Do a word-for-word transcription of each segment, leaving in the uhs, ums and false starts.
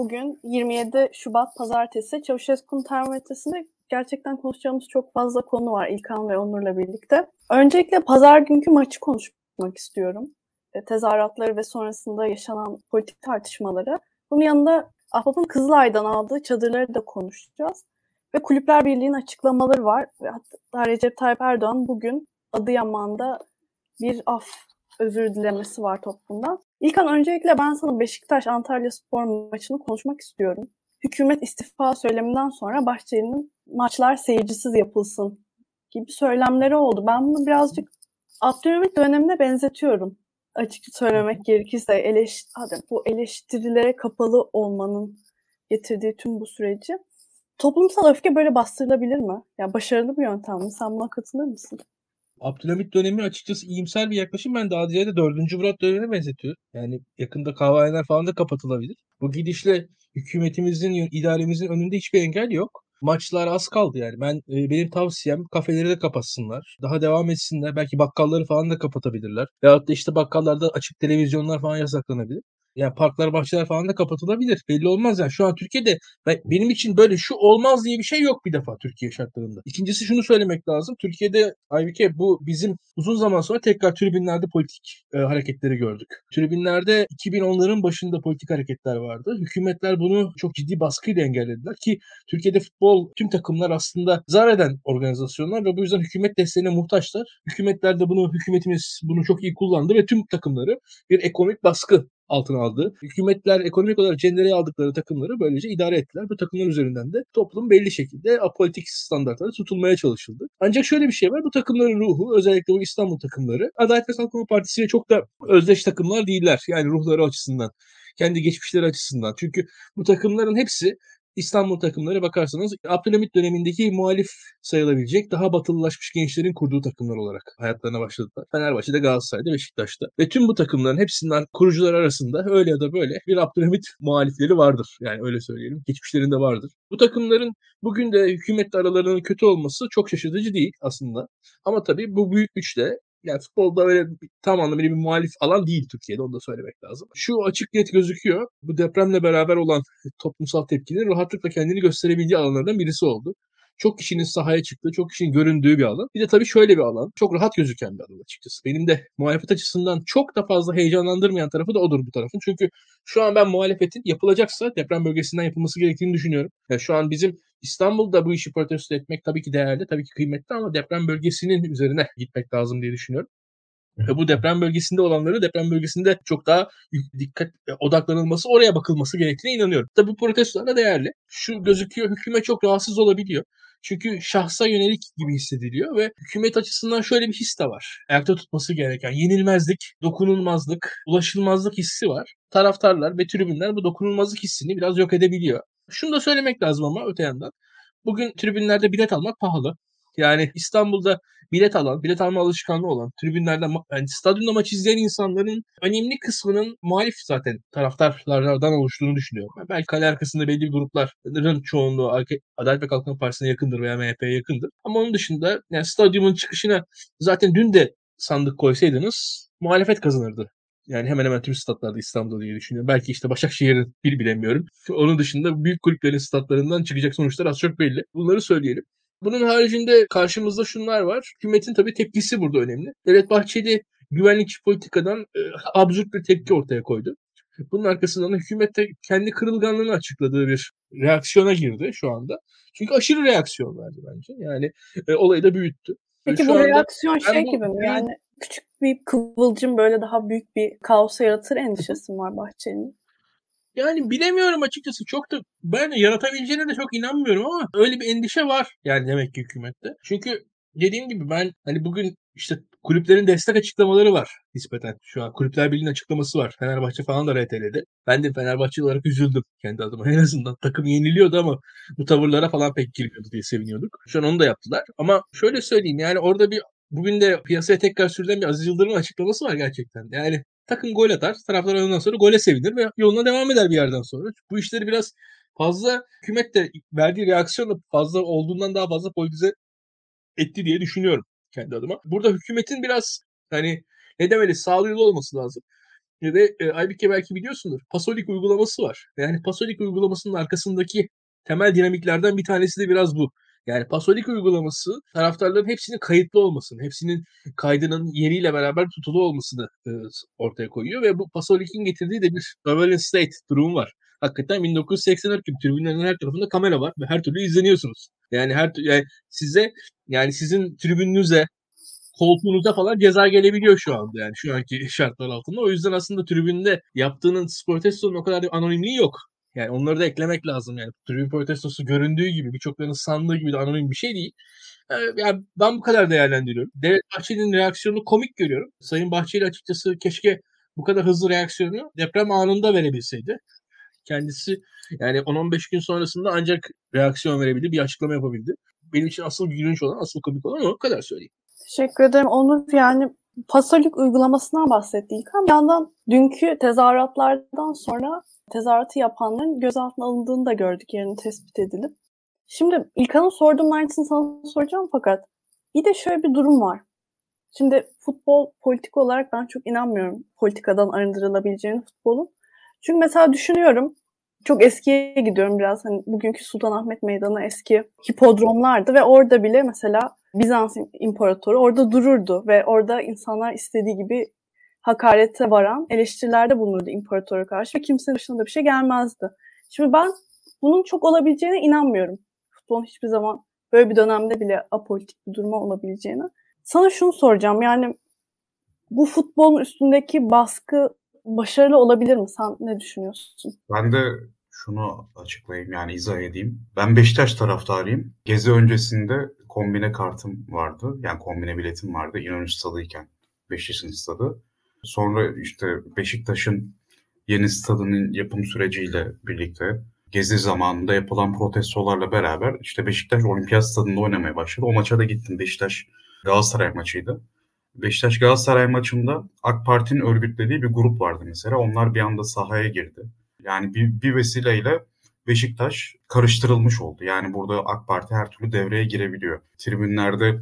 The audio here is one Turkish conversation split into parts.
bugün yirmi yedi Şubat Pazartesi. Çavuşesku'nun termometresinde gerçekten konuşacağımız çok fazla konu var İlkan ve Onur'la birlikte. Öncelikle pazar günkü maçı konuşmak istiyorum. E, tezahüratları ve sonrasında yaşanan politik tartışmaları. Bunun yanında Ahbap'ın Kızılay'dan aldığı çadırları da konuşacağız. Ve Kulüpler Birliği'nin açıklamaları var. Ve hatta Recep Tayyip Erdoğan bugün Adıyaman'da bir af özür dilemesi var toplumdan. İlkan, öncelikle ben sana Beşiktaş-Antalyaspor maçını konuşmak istiyorum. Hükümet istifa söyleminden sonra Bahçeli'nin maçlar seyircisiz yapılsın gibi söylemleri oldu. Ben bunu birazcık Abdülhamit dönemine benzetiyorum. Açıkça söylemek gerekirse eleş, hadi, bu eleştirilere kapalı olmanın getirdiği tüm bu süreci. Toplumsal öfke böyle bastırılabilir mi? Ya başarılı bir yöntem mi? Sen buna katılır mısın? Abdülhamit dönemi açıkçası iyimser bir yaklaşım. Ben daha ziyade dördüncü Murat dönemine benzetiyorum. Yani yakında kahvehaneler falan da kapatılabilir. Bu gidişle hükümetimizin, idaremizin önünde hiçbir engel yok. Maçlar az kaldı yani. Ben e, benim tavsiyem kafeleri de kapatsınlar. Daha devam etsinler. Belki bakkalları falan da kapatabilirler. Veyahut da işte bakkallarda açık televizyonlar falan yasaklanabilir. Yani parklar, bahçeler falan da kapatılabilir. Belli olmaz yani. Şu an Türkiye'de ben, benim için böyle şu olmaz diye bir şey yok bir defa Türkiye şartlarında. İkincisi şunu söylemek lazım. Türkiye'de Aybike bu bizim uzun zaman sonra tekrar tribünlerde politik e, hareketleri gördük. Tribünlerde iki bin onların başında politik hareketler vardı. Hükümetler bunu çok ciddi baskıyla engellediler ki Türkiye'de futbol tüm takımlar aslında zarar eden organizasyonlar ve bu yüzden hükümet desteğine muhtaçlar. Hükümetler de bunu, hükümetimiz bunu çok iyi kullandı ve tüm takımları bir ekonomik baskı altına aldı. Hükümetler ekonomik olarak cendereye aldıkları takımları böylece idare ettiler. Bu takımlar üzerinden de toplum belli şekilde apolitik standartlara tutulmaya çalışıldı. Ancak şöyle bir şey var. Bu takımların ruhu, özellikle bu İstanbul takımları, Adalet ve Kalkınma Partisi ile çok da özdeş takımlar değiller. Yani ruhları açısından, kendi geçmişleri açısından. Çünkü bu takımların hepsi İstanbul takımları bakarsanız Abdülhamit dönemindeki muhalif sayılabilecek daha batılılaşmış gençlerin kurduğu takımlar olarak hayatlarına başladılar. Fenerbahçe'de, Galatasaray'da, Beşiktaş'ta. Ve tüm bu takımların hepsinden kurucular arasında öyle ya da böyle bir Abdülhamit muhalifleri vardır. Yani öyle söyleyelim. Geçmişlerinde vardır. Bu takımların bugün de hükümetle aralarının kötü olması çok şaşırtıcı değil aslında. Ama tabii bu büyük güçle yani futbolda öyle tam anlamıyla bir muhalif alan değil Türkiye'de, onu da söylemek lazım. Şu açık net gözüküyor. Bu depremle beraber olan toplumsal tepkinin rahatlıkla kendini gösterebildiği alanlardan birisi oldu. Çok kişinin sahaya çıktığı, çok kişinin göründüğü bir alan. Bir de tabii şöyle bir alan. Çok rahat gözüken bir alan açıkçası. Benim de muhalefet açısından çok da fazla heyecanlandırmayan tarafı da odur bu tarafın. Çünkü şu an ben muhalefetin yapılacaksa deprem bölgesinden yapılması gerektiğini düşünüyorum. Yani şu an bizim İstanbul'da bu işi protesto etmek tabii ki değerli, tabii ki kıymetli ama deprem bölgesinin üzerine gitmek lazım diye düşünüyorum. Ve bu deprem bölgesinde olanları deprem bölgesinde çok daha dikkat odaklanılması, oraya bakılması gerektiğine inanıyorum. Tabii bu protestolar da değerli. Şu gözüküyor, hükümet çok rahatsız olabiliyor. Çünkü şahsa yönelik gibi hissediliyor ve hükümet açısından şöyle bir his de var. Ayakta tutması gereken yenilmezlik, dokunulmazlık, ulaşılmazlık hissi var. Taraftarlar ve tribünler bu dokunulmazlık hissini biraz yok edebiliyor. Şunu da söylemek lazım ama öte yandan. Bugün tribünlerde bilet almak pahalı. Yani İstanbul'da bilet alan, bilet alma alışkanlığı olan, tribünlerden yani stadyumda maç izleyen insanların önemli kısmının muhalif zaten taraftarlardan oluştuğunu düşünüyorum. Yani belki kale arkasında belli grupların çoğunluğu Adalet ve Kalkınma Partisi'ne yakındır veya M H P'ye yakındır. Ama onun dışında yani stadyumun çıkışına zaten dün de sandık koysaydınız muhalefet kazanırdı. Yani hemen hemen tüm statlarda İstanbul'da diye düşünüyorum. Belki işte Başakşehir'in bir bilemiyorum. Onun dışında büyük kulüplerin statlarından çıkacak sonuçlar az çok belli. Bunları söyleyelim. Bunun haricinde karşımızda şunlar var. Hükümetin tabii tepkisi burada önemli. Devlet Bahçeli güvenlikçi politikadan e, absürt bir tepki ortaya koydu. Bunun arkasından da hükümet de kendi kırılganlığını açıkladığı bir reaksiyona girdi şu anda. Çünkü aşırı reaksiyon verdi bence. Yani e, olayı da büyüttü. E, Peki şu bu anda reaksiyon ben şey bu gibi mi? günün Yani küçük bir kıvılcım böyle daha büyük bir kaos yaratır endişesi mi var Bahçeli'nin? Yani bilemiyorum açıkçası. Çok da ben yaratabileceğine de çok inanmıyorum ama öyle bir endişe var yani demek ki hükümette. Çünkü dediğim gibi ben hani bugün işte kulüplerin destek açıklamaları var nispeten. Şu an Kulüpler Birliği'nin açıklaması var. Fenerbahçe falan da R T L'de. Ben de Fenerbahçe olarak üzüldüm kendi adıma. En azından takım yeniliyordu ama bu tavırlara falan pek girmiyordu diye seviniyorduk. Şu an onu da yaptılar. Ama şöyle söyleyeyim yani orada bir bugün de piyasaya tekrar sürülen bir Aziz Yıldırım'ın açıklaması var gerçekten. Yani takım gol atar. Taraftar ondan sonra gole sevinir ve yoluna devam eder bir yerden sonra. Bu işleri biraz fazla hükümet de verdiği reaksiyonla fazla olduğundan daha fazla politize etti diye düşünüyorum kendi adıma. Burada hükümetin biraz hani ne demeli sağduyulu olması lazım. Ve e, Aybike belki biliyorsundur. Pasolik uygulaması var. Yani Pasolik uygulamasının arkasındaki temel dinamiklerden bir tanesi de biraz bu. Yani Pasolik uygulaması taraftarların hepsinin kayıtlı olmasını, hepsinin kaydının yeriyle beraber tutulu olmasını e, ortaya koyuyor ve bu Pasolik'in getirdiği de bir surveillance state durumu var. Hakikaten bin dokuz yüz seksen dört gibi tribünlerin her tarafında kamera var ve her türlü izleniyorsunuz. Yani her yani size yani sizin tribününüze, koltuğunuza falan ceza gelebiliyor şu anda yani şu anki şartlar altında. O yüzden aslında tribünde yaptığınız protestonun o kadar bir anonimliği yok. Yani onları da eklemek lazım yani. Tribün protestosu göründüğü gibi birçoklarının sandığı gibi de anonim bir şey değil. Yani ben bu kadar değerlendiriyorum. Devlet Bahçeli'nin reaksiyonunu komik görüyorum. Sayın Bahçeli açıkçası keşke bu kadar hızlı reaksiyonu deprem anında verebilseydi. Kendisi yani on on beş gün sonrasında ancak reaksiyon verebildi, bir açıklama yapabildi. Benim için asıl gülünç olan, asıl komik olan o kadar söyleyeyim. Teşekkür ederim Onur. Yani Pasolik uygulamasından bahsetti İlkan. Bir yandan dünkü tezahüratlardan sonra tezahüratı yapanların gözaltına alındığını da gördük, yerini tespit edilip. Şimdi İlkan'ın sorduğum aynısını sana soracağım fakat bir de şöyle bir durum var. Şimdi futbol politik olarak ben çok inanmıyorum politikadan arındırılabileceğini futbolun. Çünkü mesela düşünüyorum, çok eskiye gidiyorum biraz. Hani bugünkü Sultanahmet Meydanı eski hipodromlardı ve orada bile mesela Bizans İmparatoru orada dururdu ve orada insanlar istediği gibi hakarete varan eleştirilerde bulunurdu imparatora karşı ve kimsenin başına da bir şey gelmezdi. Şimdi ben bunun çok olabileceğine inanmıyorum. Futbolun hiçbir zaman böyle bir dönemde bile apolitik bir duruma olabileceğine. Sana şunu soracağım, yani bu futbolun üstündeki baskı başarılı olabilir mi? Sen ne düşünüyorsun? Ben de şunu açıklayayım, yani izah edeyim. Ben Beşiktaş taraftarıyım. Gezi öncesinde kombine kartım vardı. Yani kombine biletim vardı İnönü Stadı'yken. Beşiktaş'ın stadı. Sonra işte Beşiktaş'ın yeni stadının yapım süreciyle birlikte Gezi zamanında yapılan protestolarla beraber işte Beşiktaş Olimpiyat Stadı'nda oynamaya başladı. O maça da gittim. Beşiktaş Galatasaray maçıydı. Beşiktaş Galatasaray maçında AK Parti'nin örgütlediği bir grup vardı mesela. Onlar bir anda sahaya girdi. Yani bir, bir vesileyle Beşiktaş karıştırılmış oldu. Yani burada AK Parti her türlü devreye girebiliyor. Tribünlerde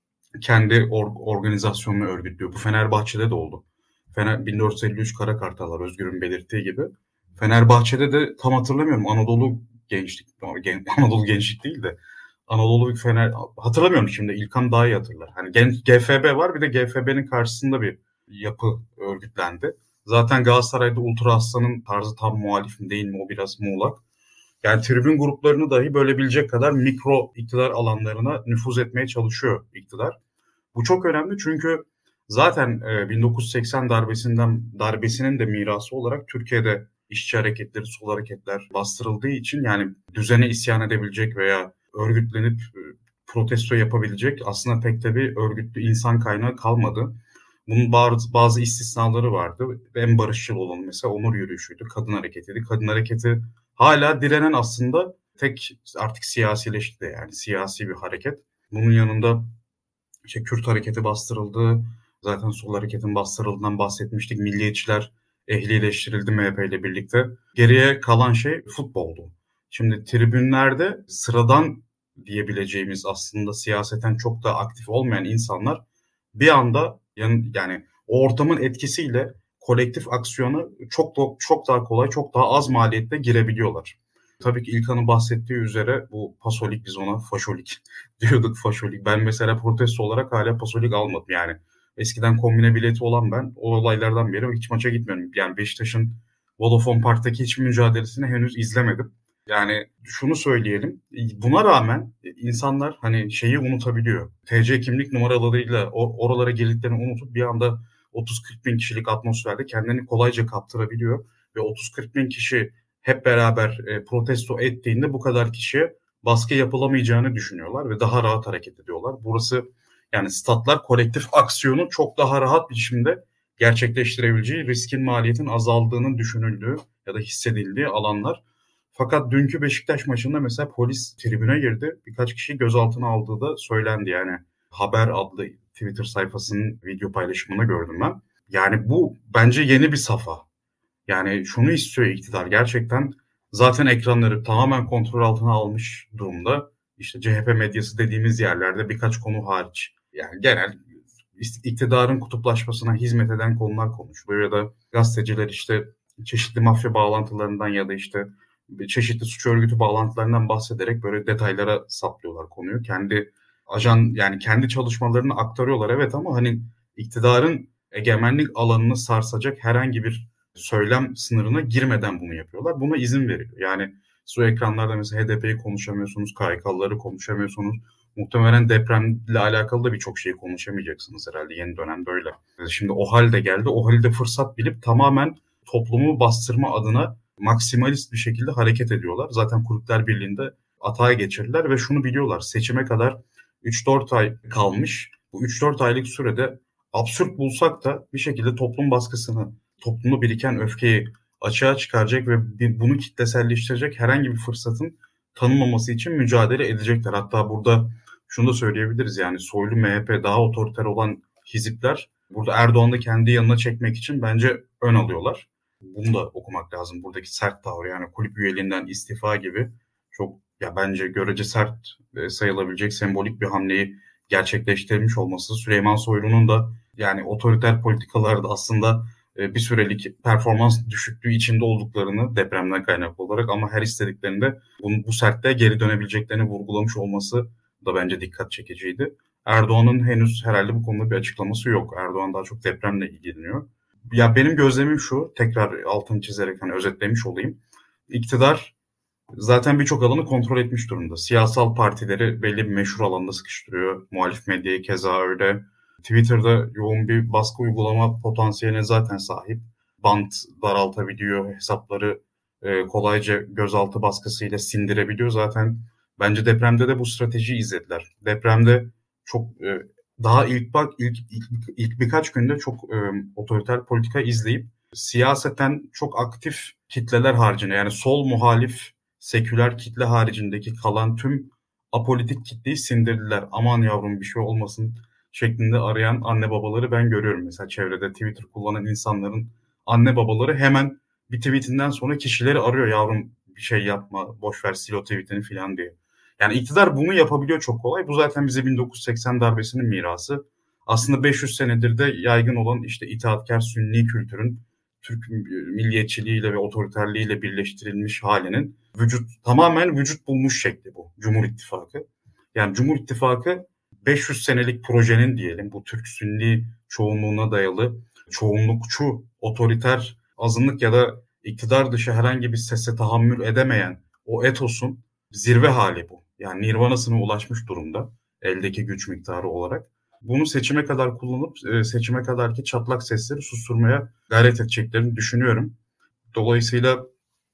kendi or- organizasyonunu örgütlüyor. Bu Fenerbahçe'de de oldu. Fener, bin dört yüz elli üç Kara Kartallar, Özgür'ün belirttiği gibi. Fenerbahçe'de de tam hatırlamıyorum, Anadolu Gençlik, Anadolu Gençlik değil de Anadolu bir Fener, hatırlamıyorum şimdi, İlkan daha iyi hatırlar. Hani G F B var, bir de G F B'nin karşısında bir yapı örgütlendi. Zaten Galatasaray'da Ultra Aslan'ın tarzı tam muhalif mi değil mi, o biraz muğlak. Yani tribün gruplarını dahi bölebilecek kadar mikro iktidar alanlarına nüfuz etmeye çalışıyor iktidar. Bu çok önemli çünkü zaten bin dokuz yüz seksen darbesinden darbesinin de mirası olarak Türkiye'de işçi hareketleri, sol hareketler bastırıldığı için yani düzene isyan edebilecek veya örgütlenip protesto yapabilecek aslında pek de bir örgütlü insan kaynağı kalmadı. Bunun bazı, bazı istisnaları vardı. En barışçıl olan mesela Onur Yürüyüşü'ydü, kadın hareketiydi. Kadın hareketi hala direnen aslında tek artık siyasileşti, yani siyasi bir hareket. Bunun yanında işte Kürt hareketi bastırıldı. Zaten sol hareketin bastırıldığından bahsetmiştik. Milliyetçiler ehlileştirildi M H P ile birlikte. Geriye kalan şey futboldu. Şimdi tribünlerde sıradan diyebileceğimiz aslında siyaseten çok da aktif olmayan insanlar bir anda yani, yani o ortamın etkisiyle kolektif aksiyona çok çok daha kolay, çok daha az maliyette girebiliyorlar. Tabii ki İlkan'ın bahsettiği üzere bu pasolik, biz ona faşolik diyorduk, faşolik. Ben mesela protesto olarak hala pasolik almadım yani. Eskiden kombine bileti olan ben o olaylardan beri hiç maça gitmiyorum. Yani Beşiktaş'ın Vodafone Park'taki hiçbir mücadelesini henüz izlemedim. Yani şunu söyleyelim, buna rağmen insanlar hani şeyi unutabiliyor. T C kimlik numaralarıyla oralara girdiklerini unutup bir anda otuz kırk bin kişilik atmosferde kendini kolayca kaptırabiliyor. Ve otuz kırk bin kişi hep beraber e, protesto ettiğinde bu kadar kişiye baskı yapılamayacağını düşünüyorlar ve daha rahat hareket ediyorlar. Burası yani statlar kolektif aksiyonu çok daha rahat bir biçimde gerçekleştirebileceği, riskin maliyetin azaldığının düşünüldüğü ya da hissedildiği alanlar. Fakat dünkü Beşiktaş maçında mesela polis tribüne girdi. Birkaç kişi gözaltına aldığı da söylendi. Yani Haber adlı Twitter sayfasının video paylaşımını gördüm ben. Yani bu bence yeni bir safha. Yani şunu istiyor iktidar gerçekten, zaten ekranları tamamen kontrol altına almış durumda. İşte C H P medyası dediğimiz yerlerde birkaç konu hariç. Yani genel iktidarın kutuplaşmasına hizmet eden konular konuşuluyor ya da gazeteciler işte çeşitli mafya bağlantılarından ya da işte çeşitli suç örgütü bağlantılarından bahsederek böyle detaylara saplıyorlar konuyu. Kendi ajan yani kendi çalışmalarını aktarıyorlar evet ama hani iktidarın egemenlik alanını sarsacak herhangi bir söylem sınırına girmeden bunu yapıyorlar. Buna izin veriyor. Yani siz o ekranlarda mesela H D P'yi konuşamıyorsunuz, K Y K'lıları konuşamıyorsunuz. Muhtemelen depremle alakalı da birçok şeyi konuşamayacaksınız herhalde yeni dönemde öyle. Şimdi o hal de geldi. O halde fırsat bilip tamamen toplumu bastırma adına maksimalist bir şekilde hareket ediyorlar. Zaten Kulüpler Birliği'nde atağa geçirdiler ve şunu biliyorlar. Seçime kadar üç dört ay kalmış. Bu üç dört aylık sürede absürt bulsak da bir şekilde toplum baskısını, toplumda biriken öfkeyi açığa çıkaracak ve bunu kitleselleştirecek herhangi bir fırsatın tanınmaması için mücadele edecekler. Hatta burada şunu da söyleyebiliriz yani Soylu M H P daha otoriter olan hizipler burada Erdoğan'ı kendi yanına çekmek için bence ön alıyorlar. Bunu da okumak lazım. Buradaki sert tavır yani kulüp üyeliğinden istifa gibi çok ya bence görece sert sayılabilecek sembolik bir hamleyi gerçekleştirmiş olması Süleyman Soylu'nun da yani otoriter politikalarda aslında bir sürelik performans düşüklüğü içinde olduklarını depremden kaynaklı olarak ama her istediklerinde bunu, bu sertliğe geri dönebileceklerini vurgulamış olması da bence dikkat çekiciydi. Erdoğan'ın henüz herhalde bu konuda bir açıklaması yok. Erdoğan daha çok depremle ilgileniyor. Ya benim gözlemim şu, tekrar altını çizerek hani özetlemiş olayım. İktidar zaten birçok alanı kontrol etmiş durumda. Siyasal partileri belli bir meşhur alanda sıkıştırıyor. Muhalif medyayı keza öyle. Twitter'da yoğun bir baskı uygulama potansiyeline zaten sahip. Bant daraltabiliyor, hesapları e, kolayca gözaltı baskısıyla sindirebiliyor. Zaten bence depremde de bu stratejiyi izlediler. Depremde çok e, daha ilk bak ilk, ilk ilk birkaç günde çok e, otoriter politika izleyip siyaseten çok aktif kitleler haricinde yani sol muhalif seküler kitle haricindeki kalan tüm apolitik kitleyi sindirdiler. Aman yavrum bir şey olmasın şeklinde arayan anne babaları ben görüyorum. Mesela çevrede Twitter kullanan insanların anne babaları hemen bir tweetinden sonra kişileri arıyor. Yavrum bir şey yapma, boş ver sil o tweetini falan diye. Yani iktidar bunu yapabiliyor çok kolay. Bu zaten bize bin dokuz yüz seksen darbesinin mirası. Aslında beş yüz senedir de yaygın olan işte itaatkar sünni kültürün Türk milliyetçiliğiyle ve otoriterliğiyle birleştirilmiş halinin vücut tamamen vücut bulmuş şekli bu Cumhur İttifakı. Yani Cumhur İttifakı beş yüz senelik projenin diyelim bu Türk Sünni çoğunluğuna dayalı çoğunlukçu, otoriter azınlık ya da iktidar dışı herhangi bir sese tahammül edemeyen o etosun zirve hali bu. Yani nirvanasına ulaşmış durumda eldeki güç miktarı olarak. Bunu seçime kadar kullanıp seçime kadarki çatlak sesleri susturmaya gayret edeceklerini düşünüyorum. Dolayısıyla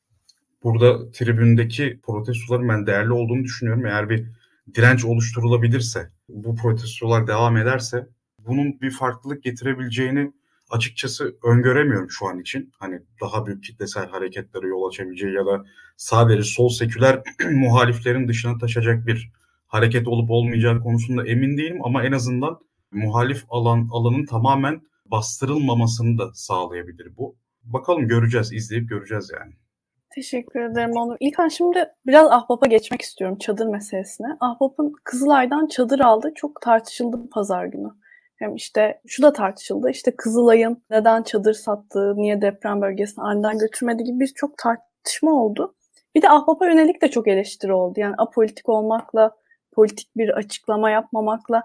burada tribündeki protestoların ben değerli olduğunu düşünüyorum. Eğer bir direnç oluşturulabilirse, bu protestolar devam ederse bunun bir farklılık getirebileceğini açıkçası öngöremiyorum şu an için. Hani daha büyük kitlesel hareketlere yol açabileceği ya da sadece sol seküler muhaliflerin dışına taşacak bir hareket olup olmayacağı konusunda emin değilim ama en azından muhalif alan alanın tamamen bastırılmamasını da sağlayabilir bu. Bakalım göreceğiz, izleyip göreceğiz yani. Teşekkür ederim Onur. İlkan şimdi biraz Ahbap'a geçmek istiyorum çadır meselesine. Ahbap'ın Kızılay'dan çadır aldığı çok tartışıldı pazar günü. Hem işte şu da tartışıldı. İşte Kızılay'ın neden çadır sattığı, niye deprem bölgesine aniden götürmediği gibi birçok tartışma oldu. Bir de Ahbap'a yönelik de çok eleştiri oldu. Yani apolitik olmakla, politik bir açıklama yapmamakla.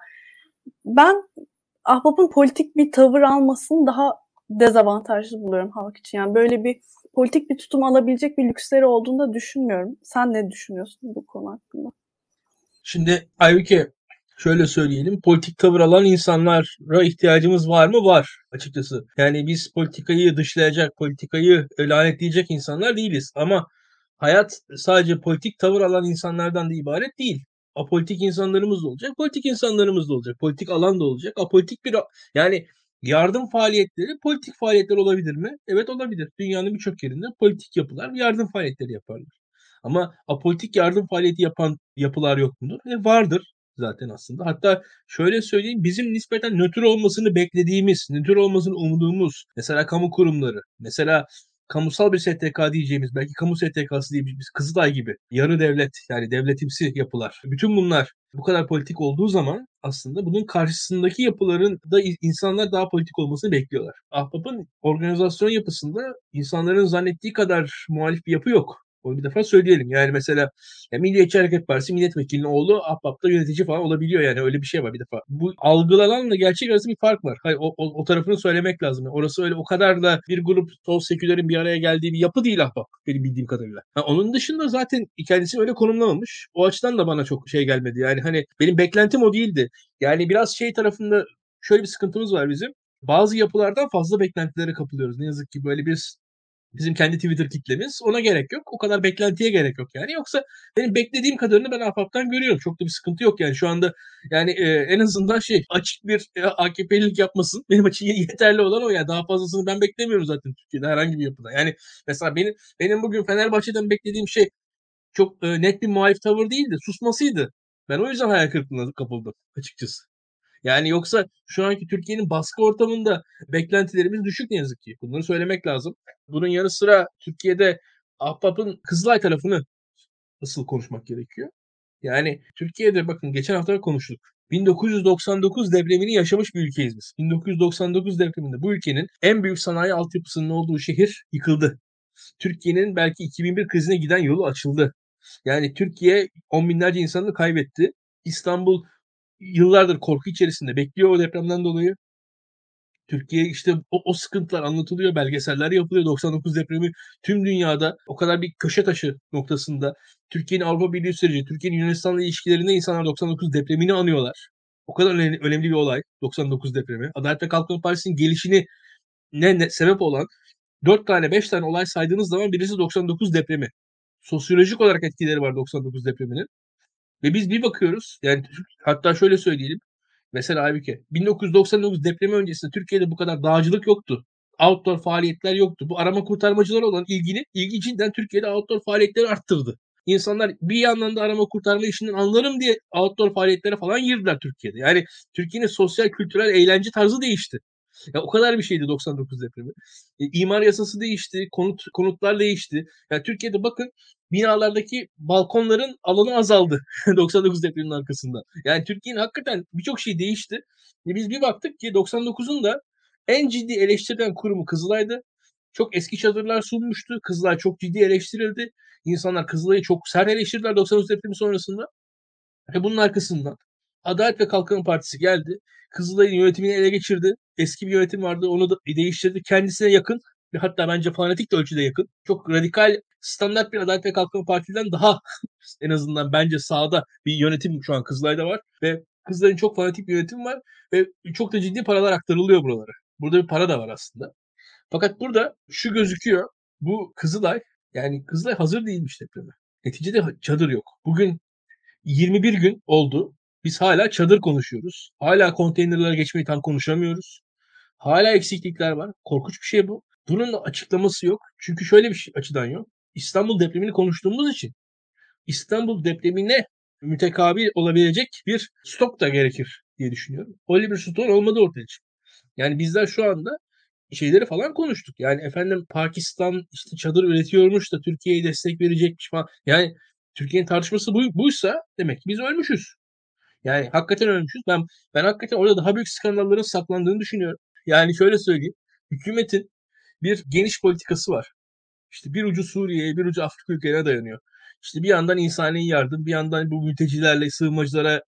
Ben Ahbap'ın politik bir tavır almasını daha dezavantajlı buluyorum halk için. Yani böyle bir politik bir tutum alabilecek bir lüksleri olduğunu da düşünmüyorum. Sen ne düşünüyorsun bu konu hakkında? Şimdi Aybüke şöyle söyleyelim. Politik tavır alan insanlara ihtiyacımız var mı? Var açıkçası. Yani biz politikayı dışlayacak, politikayı lanetleyecek insanlar değiliz. Ama hayat sadece politik tavır alan insanlardan da ibaret değil. Apolitik insanlarımız da olacak, politik insanlarımız da olacak. Politik alan da olacak. Apolitik bir yani yardım faaliyetleri politik faaliyetler olabilir mi? Evet olabilir. Dünyanın birçok yerinde politik yapılar yardım faaliyetleri yaparlar. Ama apolitik yardım faaliyeti yapan yapılar yok mudur? E vardır zaten aslında. Hatta şöyle söyleyeyim bizim nispeten nötr olmasını beklediğimiz, nötr olmasını umduğumuz mesela kamu kurumları, mesela kamusal bir S T K diyeceğimiz, belki kamu S T K'sı diyebileceğimiz Kızılay gibi yarı devlet, yani devletimsi yapılar. Bütün bunlar bu kadar politik olduğu zaman aslında bunun karşısındaki yapıların da insanlar daha politik olmasını bekliyorlar. Ahbap'ın organizasyon yapısında insanların zannettiği kadar muhalif bir yapı yok. Onu bir defa söyleyelim. Yani mesela ya Milliyetçi Hareket Partisi milletvekilinin oğlu Ahbap'ta yönetici falan olabiliyor, yani öyle bir şey var bir defa. Bu algılananla gerçek arasında bir fark var. Hayır, o, o, o tarafını söylemek lazım. Yani orası öyle o kadar da bir grup sol sekülerin bir araya geldiği bir yapı değil Ahbap benim bildiğim kadarıyla. Ha, onun dışında zaten kendisini öyle konumlamamış. O açıdan da bana çok şey gelmedi. Yani hani benim beklentim o değildi. Yani biraz şey tarafında şöyle bir sıkıntımız var bizim. Bazı yapılardan fazla beklentilere kapılıyoruz. Ne yazık ki böyle bir bizim kendi Twitter kitlemiz. Ona gerek yok. O kadar beklentiye gerek yok yani. Yoksa benim beklediğim kadarını ben Ahbap'tan görüyorum. Çok da bir sıkıntı yok yani şu anda. Yani e, en azından şey açık bir e, A K P'lilik yapmasın. Benim için yeterli olan o ya. Daha fazlasını ben beklemiyorum zaten Türkiye'de herhangi bir yapıda. Yani mesela benim benim bugün Fenerbahçe'den beklediğim şey çok e, net bir muhalif tavır değildi. Susmasıydı. Ben o yüzden hayal kırıklığına kapıldım açıkçası. Yani yoksa şu anki Türkiye'nin baskı ortamında beklentilerimiz düşük ne yazık ki. Bunları söylemek lazım. Bunun yanı sıra Türkiye'de Ahbap'ın Kızılay tarafını asıl konuşmak gerekiyor. Yani Türkiye'de bakın geçen hafta konuştuk. bin dokuz yüz doksan dokuz depremini yaşamış bir ülkeyiz biz. bin dokuz yüz doksan dokuz depreminde bu ülkenin en büyük sanayi altyapısının olduğu şehir yıkıldı. Türkiye'nin belki iki bin bir krizine giden yolu açıldı. Yani Türkiye on binlerce insanını kaybetti. İstanbul yıllardır korku içerisinde bekliyor o depremden dolayı. Türkiye işte o, o sıkıntılar anlatılıyor, belgeseller yapılıyor. doksan dokuz depremi tüm dünyada o kadar bir köşe taşı noktasında. Türkiye'nin Avrupa Birliği süreci, Türkiye'nin Yunanistan'la ilişkilerinde insanlar doksan dokuz depremini anıyorlar. O kadar önemli, önemli bir olay doksan dokuz depremi. Adalet ve Kalkınma Partisi'nin gelişini ne, ne sebep olan dört tane beş tane olay saydığınız zaman birisi doksan dokuz depremi. Sosyolojik olarak etkileri var doksan dokuz depreminin. Ve biz bir bakıyoruz yani hatta şöyle söyleyelim. Mesela Aybüke bin dokuz yüz doksan dokuz depremi öncesinde Türkiye'de bu kadar dağcılık yoktu. Outdoor faaliyetler yoktu. Bu arama kurtarmacılara olan ilgini, ilgi cidden Türkiye'de outdoor faaliyetleri arttırdı. İnsanlar bir yandan da arama kurtarma işinden anlarım diye outdoor faaliyetlere falan girdiler Türkiye'de. Yani Türkiye'nin sosyal kültürel eğlence tarzı değişti. Ya o kadar bir şeydi doksan dokuz depremi. E, imar yasası değişti, konut konutlar değişti. Yani Türkiye'de bakın binalardaki balkonların alanı azaldı doksan dokuz depreminin arkasında. Yani Türkiye'nin hakikaten birçok şey değişti. E, biz bir baktık ki doksan dokuzun da en ciddi eleştirilen kurumu Kızılay'dı. Çok eski çadırlar sunmuştu. Kızılay çok ciddi eleştirildi. İnsanlar Kızılay'ı çok sert eleştirdiler doksan dokuz depremi sonrasında. Ve bunun arkasından Adalet ve Kalkınma Partisi geldi. Kızılay'ın yönetimini ele geçirdi. Eski bir yönetim vardı, onu da değiştirdi. Kendisine yakın ve hatta bence fanatik de ölçüde yakın. Çok radikal, standart bir Adalet ve Kalkınma Partisi'nden daha en azından bence sağda bir yönetim şu an Kızılay'da var. Ve Kızılay'ın çok fanatik bir yönetim var ve çok da ciddi paralar aktarılıyor buralara. Burada bir para da var aslında. Fakat burada şu gözüküyor. Bu Kızılay, yani Kızılay hazır değilmiş depreme. Neticede çadır yok. Bugün yirmi bir gün oldu. Biz hala çadır konuşuyoruz. Hala konteynerlere geçmeyi tam konuşamıyoruz. Hala eksiklikler var. Korkunç bir şey bu. Bunun da açıklaması yok. Çünkü şöyle bir şey, açıdan yok. İstanbul depremini konuştuğumuz için İstanbul depremine mütekabil olabilecek bir stok da gerekir diye düşünüyorum. Öyle bir stok olmadı ortaya çıktı. Yani bizler şu anda şeyleri falan konuştuk. Yani efendim Pakistan işte çadır üretiyormuş da Türkiye'ye destek verecekmiş falan. Yani Türkiye'nin tartışması bu, buysa demek ki biz ölmüşüz. Yani hakikaten ölmüşüz. Ben ben hakikaten orada daha büyük skandalların saklandığını düşünüyorum. Yani şöyle söyleyeyim. Hükümetin bir geniş politikası var. İşte bir ucu Suriye'ye, bir ucu Afrika ülkelerine dayanıyor. İşte bir yandan insani yardım, bir yandan bu mültecilerle, sığınmacılara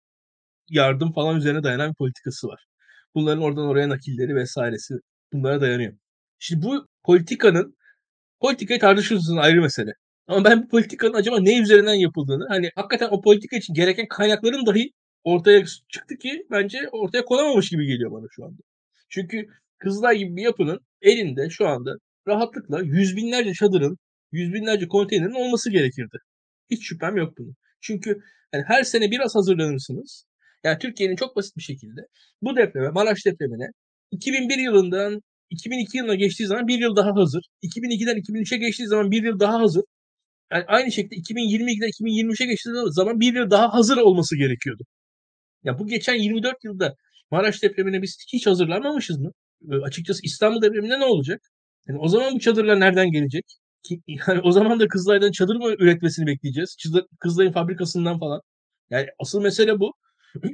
yardım falan üzerine dayanan bir politikası var. Bunların oradan oraya nakilleri vesairesi bunlara dayanıyor. Şimdi bu politikanın politikayı tartışıyorsunuz ayrı mesele. Ama ben bu politikanın acaba ne üzerinden yapıldığını, hani hakikaten o politika için gereken kaynakların dahi ortaya çıktı ki bence ortaya konamamış gibi geliyor bana şu anda. Çünkü Kızılay gibi bir yapının elinde şu anda rahatlıkla yüz binlerce çadırın, yüz binlerce konteynerin olması gerekirdi. Hiç şüphem yok bunun. Çünkü yani her sene biraz hazırlanırsınız. Yani Türkiye'nin çok basit bir şekilde bu depreme, Maraş depremine iki bin bir yılından iki bin iki yılına geçtiği zaman bir yıl daha hazır. iki bin ikiden iki bin üçe geçtiği zaman bir yıl daha hazır. Yani aynı şekilde iki bin yirmi ikiden iki bin yirmi üçe geçtiği zaman bir yıl daha hazır olması gerekiyordu. Ya bu geçen yirmi dört yılda Maraş depremine biz hiç hazırlanmamışız mı? E, açıkçası İstanbul depreminde ne olacak? Yani o zaman bu çadırlar nereden gelecek? Ki, yani o zaman da Kızılay'dan çadır mı üretmesini bekleyeceğiz? Çadır, Kızılay'ın fabrikasından falan. Yani asıl mesele bu.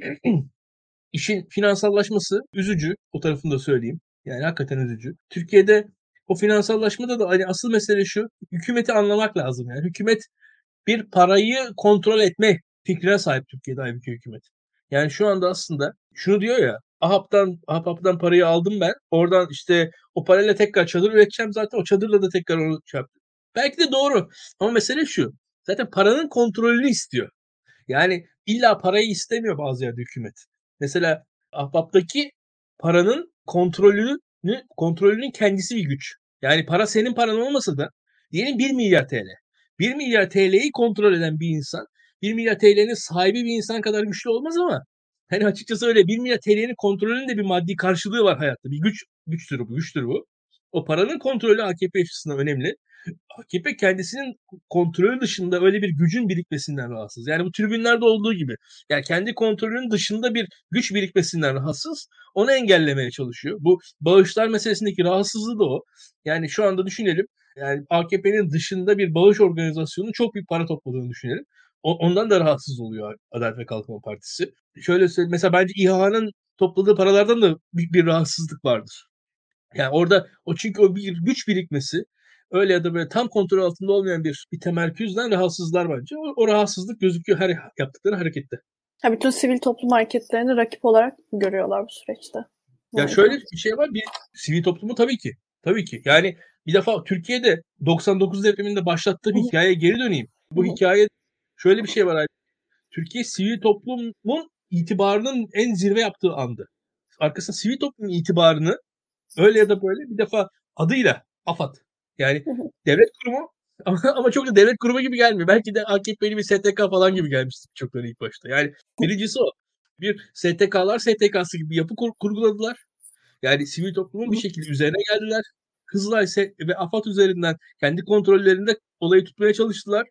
İşin finansallaşması üzücü. O tarafını da söyleyeyim. Yani hakikaten üzücü. Türkiye'de o finansallaşmada da hani asıl mesele şu. Hükümeti anlamak lazım. Yani hükümet bir parayı kontrol etme fikrine sahip Türkiye'de halbuki hükümet. Yani şu anda aslında şunu diyor ya, AHAP'tan, AHAP'tan parayı aldım ben. Oradan işte o parayla tekrar çadır üreteceğim zaten. O çadırla da tekrar onu şey yaptım. Belki de doğru. Ama mesele şu. Zaten paranın kontrolünü istiyor. Yani illa parayı istemiyor bazı yerde hükümet. Mesela Ahbap'taki paranın kontrolünü kontrolünün kendisi bir güç. Yani para senin paran olmasa da diyelim bir milyar T L. bir milyar T L'yi kontrol eden bir insan bir milyar T L'nin sahibi bir insan kadar güçlü olmaz ama hani açıkçası öyle bir milyar T L'nin kontrolünün de bir maddi karşılığı var hayatta. Bir güç güçtür bu, güçtür bu. O paranın kontrolü A K P açısından önemli. A K P kendisinin kontrolü dışında öyle bir gücün birikmesinden rahatsız. Yani bu tribünlerde olduğu gibi. Yani kendi kontrolünün dışında bir güç birikmesinden rahatsız. Onu engellemeye çalışıyor. Bu bağışlar meselesindeki rahatsızlığı da o. Yani şu anda düşünelim. Yani A K P'nin dışında bir bağış organizasyonunun çok büyük para topladığını düşünelim. O, ondan da rahatsız oluyor Adalet ve Kalkınma Partisi. Şöyle söyleyeyim. Mesela bence İHA'nın topladığı paralardan da büyük bir rahatsızlık vardır. Yani orada o çünkü o bir güç birikmesi öyle ya da böyle tam kontrol altında olmayan bir bir temerküzden rahatsızlar bence. O, o rahatsızlık gözüküyor her yaptıkları harekette. Ha, bütün sivil toplum hareketlerini rakip olarak görüyorlar bu süreçte. Ya Yani şöyle bir şey var. Bir sivil toplumu tabii ki. Tabii ki. Yani bir defa Türkiye'de doksan dokuz depreminde başlattığım hikayeye geri döneyim. Bu hikaye şöyle bir şey var. Türkiye sivil toplumun itibarının en zirve yaptığı andı. Arkasında sivil toplumun itibarını öyle ya da böyle bir defa adıyla AFAD. Yani devlet kurumu ama, ama çok da devlet kurumu gibi gelmiyor. Belki de A K P'li bir S T K falan gibi gelmişti çokları ilk başta. Yani birincisi o. Bir S T K'lar S T K'sı gibi bir yapı kur- kurguladılar. Yani sivil toplumun bir şekilde üzerine geldiler. Kızılay ve AFAD üzerinden kendi kontrollerinde olayı tutmaya çalıştılar.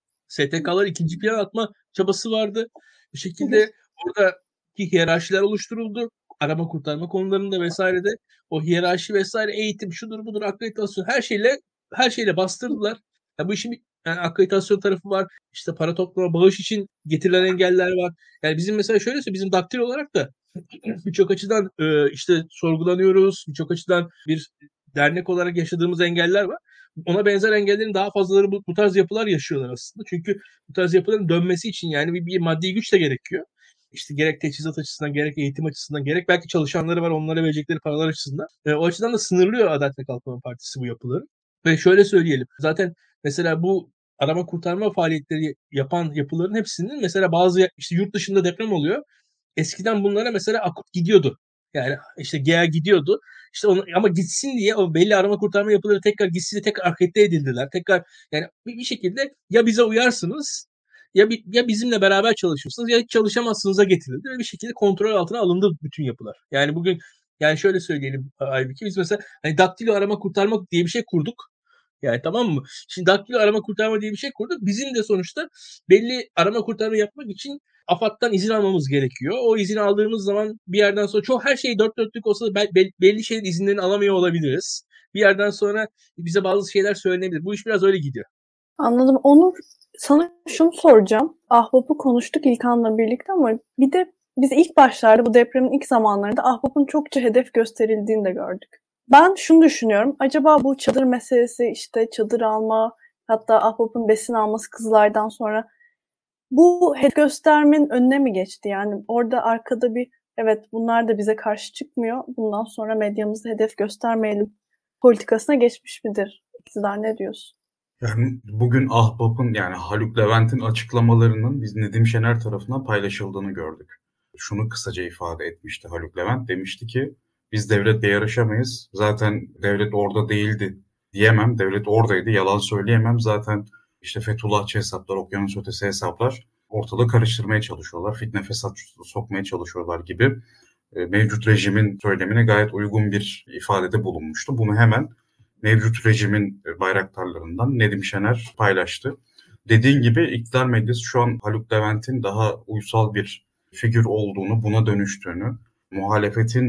S T K'lar ikinci plan atma çabası vardı. Bir şekilde oradaki hiyerarşiler oluşturuldu. Arama kurtarma konularında vesairede o hiyerarşi vesaire eğitim şudur budur akreditasyon her şeyle her şeyle bastırdılar. Ya bu işin bir yani akreditasyon tarafı var. İşte para toplama, bağış için getirilen engeller var. Yani bizim mesela şöyle bizim daktilo olarak da birçok açıdan e, işte sorgulanıyoruz. Birçok açıdan bir dernek olarak yaşadığımız engeller var. Ona benzer engellerin daha fazlaları bu, bu tarz yapılar yaşıyorlar aslında. Çünkü bu tarz yapıların dönmesi için yani bir, bir maddi güç de gerekiyor. İşte gerek teçhizat açısından, gerek eğitim açısından, gerek belki çalışanları var onlara verecekleri paralar açısından. E, o açıdan da sınırlıyor Adalet ve Kalkınma Partisi bu yapıları. Ve şöyle söyleyelim. Zaten mesela bu arama kurtarma faaliyetleri yapan yapıların hepsinin mesela bazı işte yurt dışında deprem oluyor. Eskiden bunlara mesela akut gidiyordu. Yani işte G A gidiyordu. İşte onu, ama gitsin diye o belli arama kurtarma yapıları tekrar gitsin diye tekrar akredite edildiler. Tekrar yani bir, bir şekilde ya bize uyarsınız ya bi, ya bizimle beraber çalışırsınız ya hiç çalışamazsınıza getirildi ve bir şekilde kontrol altına alındı bütün yapılar. Yani bugün yani şöyle söyleyelim Aybüke biz mesela hani daktilo arama kurtarma diye bir şey kurduk. Yani tamam mı? Şimdi daktilo arama kurtarma diye bir şey kurduk. Bizim de sonuçta belli arama kurtarma yapmak için AFAD'dan izin almamız gerekiyor. O izin aldığımız zaman bir yerden sonra çok her şey dört dörtlük olsa da belli şeylerin izinlerini alamıyor olabiliriz. Bir yerden sonra bize bazı şeyler söylenebilir. Bu iş biraz öyle gidiyor. Anladım. Onur, sana şunu soracağım. Ahbap'ı konuştuk İlkan'la birlikte ama bir de biz ilk başlarda bu depremin ilk zamanlarında Ahbap'ın çokça hedef gösterildiğini de gördük. Ben şunu düşünüyorum. Acaba bu çadır meselesi işte çadır alma hatta Ahbap'ın besin alması Kızılay'dan sonra bu hedef göstermenin önüne mi geçti? Yani orada arkada bir evet bunlar da bize karşı çıkmıyor. Bundan sonra medyamızda hedef göstermeyelim politikasına geçmiş midir? İktidar ne diyorsun? Yani bugün Ahbap'ın yani Haluk Levent'in açıklamalarının biz Nedim Şener tarafından paylaşıldığını gördük. Şunu kısaca ifade etmişti Haluk Levent. Demişti ki biz devletle yarışamayız. Zaten devlet orada değildi diyemem. Devlet oradaydı. Yalan söyleyemem. Zaten işte Fethullahçı hesaplar, okyanus ötesi hesaplar ortalığı karıştırmaya çalışıyorlar. Fitne fesat sokmaya çalışıyorlar gibi mevcut rejimin söylemine gayet uygun bir ifadede bulunmuştu. Bunu hemen mevcut rejimin bayraktarlarından Nedim Şener paylaştı. Dediğin gibi iktidar medyası şu an Haluk Levent'in daha uysal bir figür olduğunu, buna dönüştüğünü, muhalefetin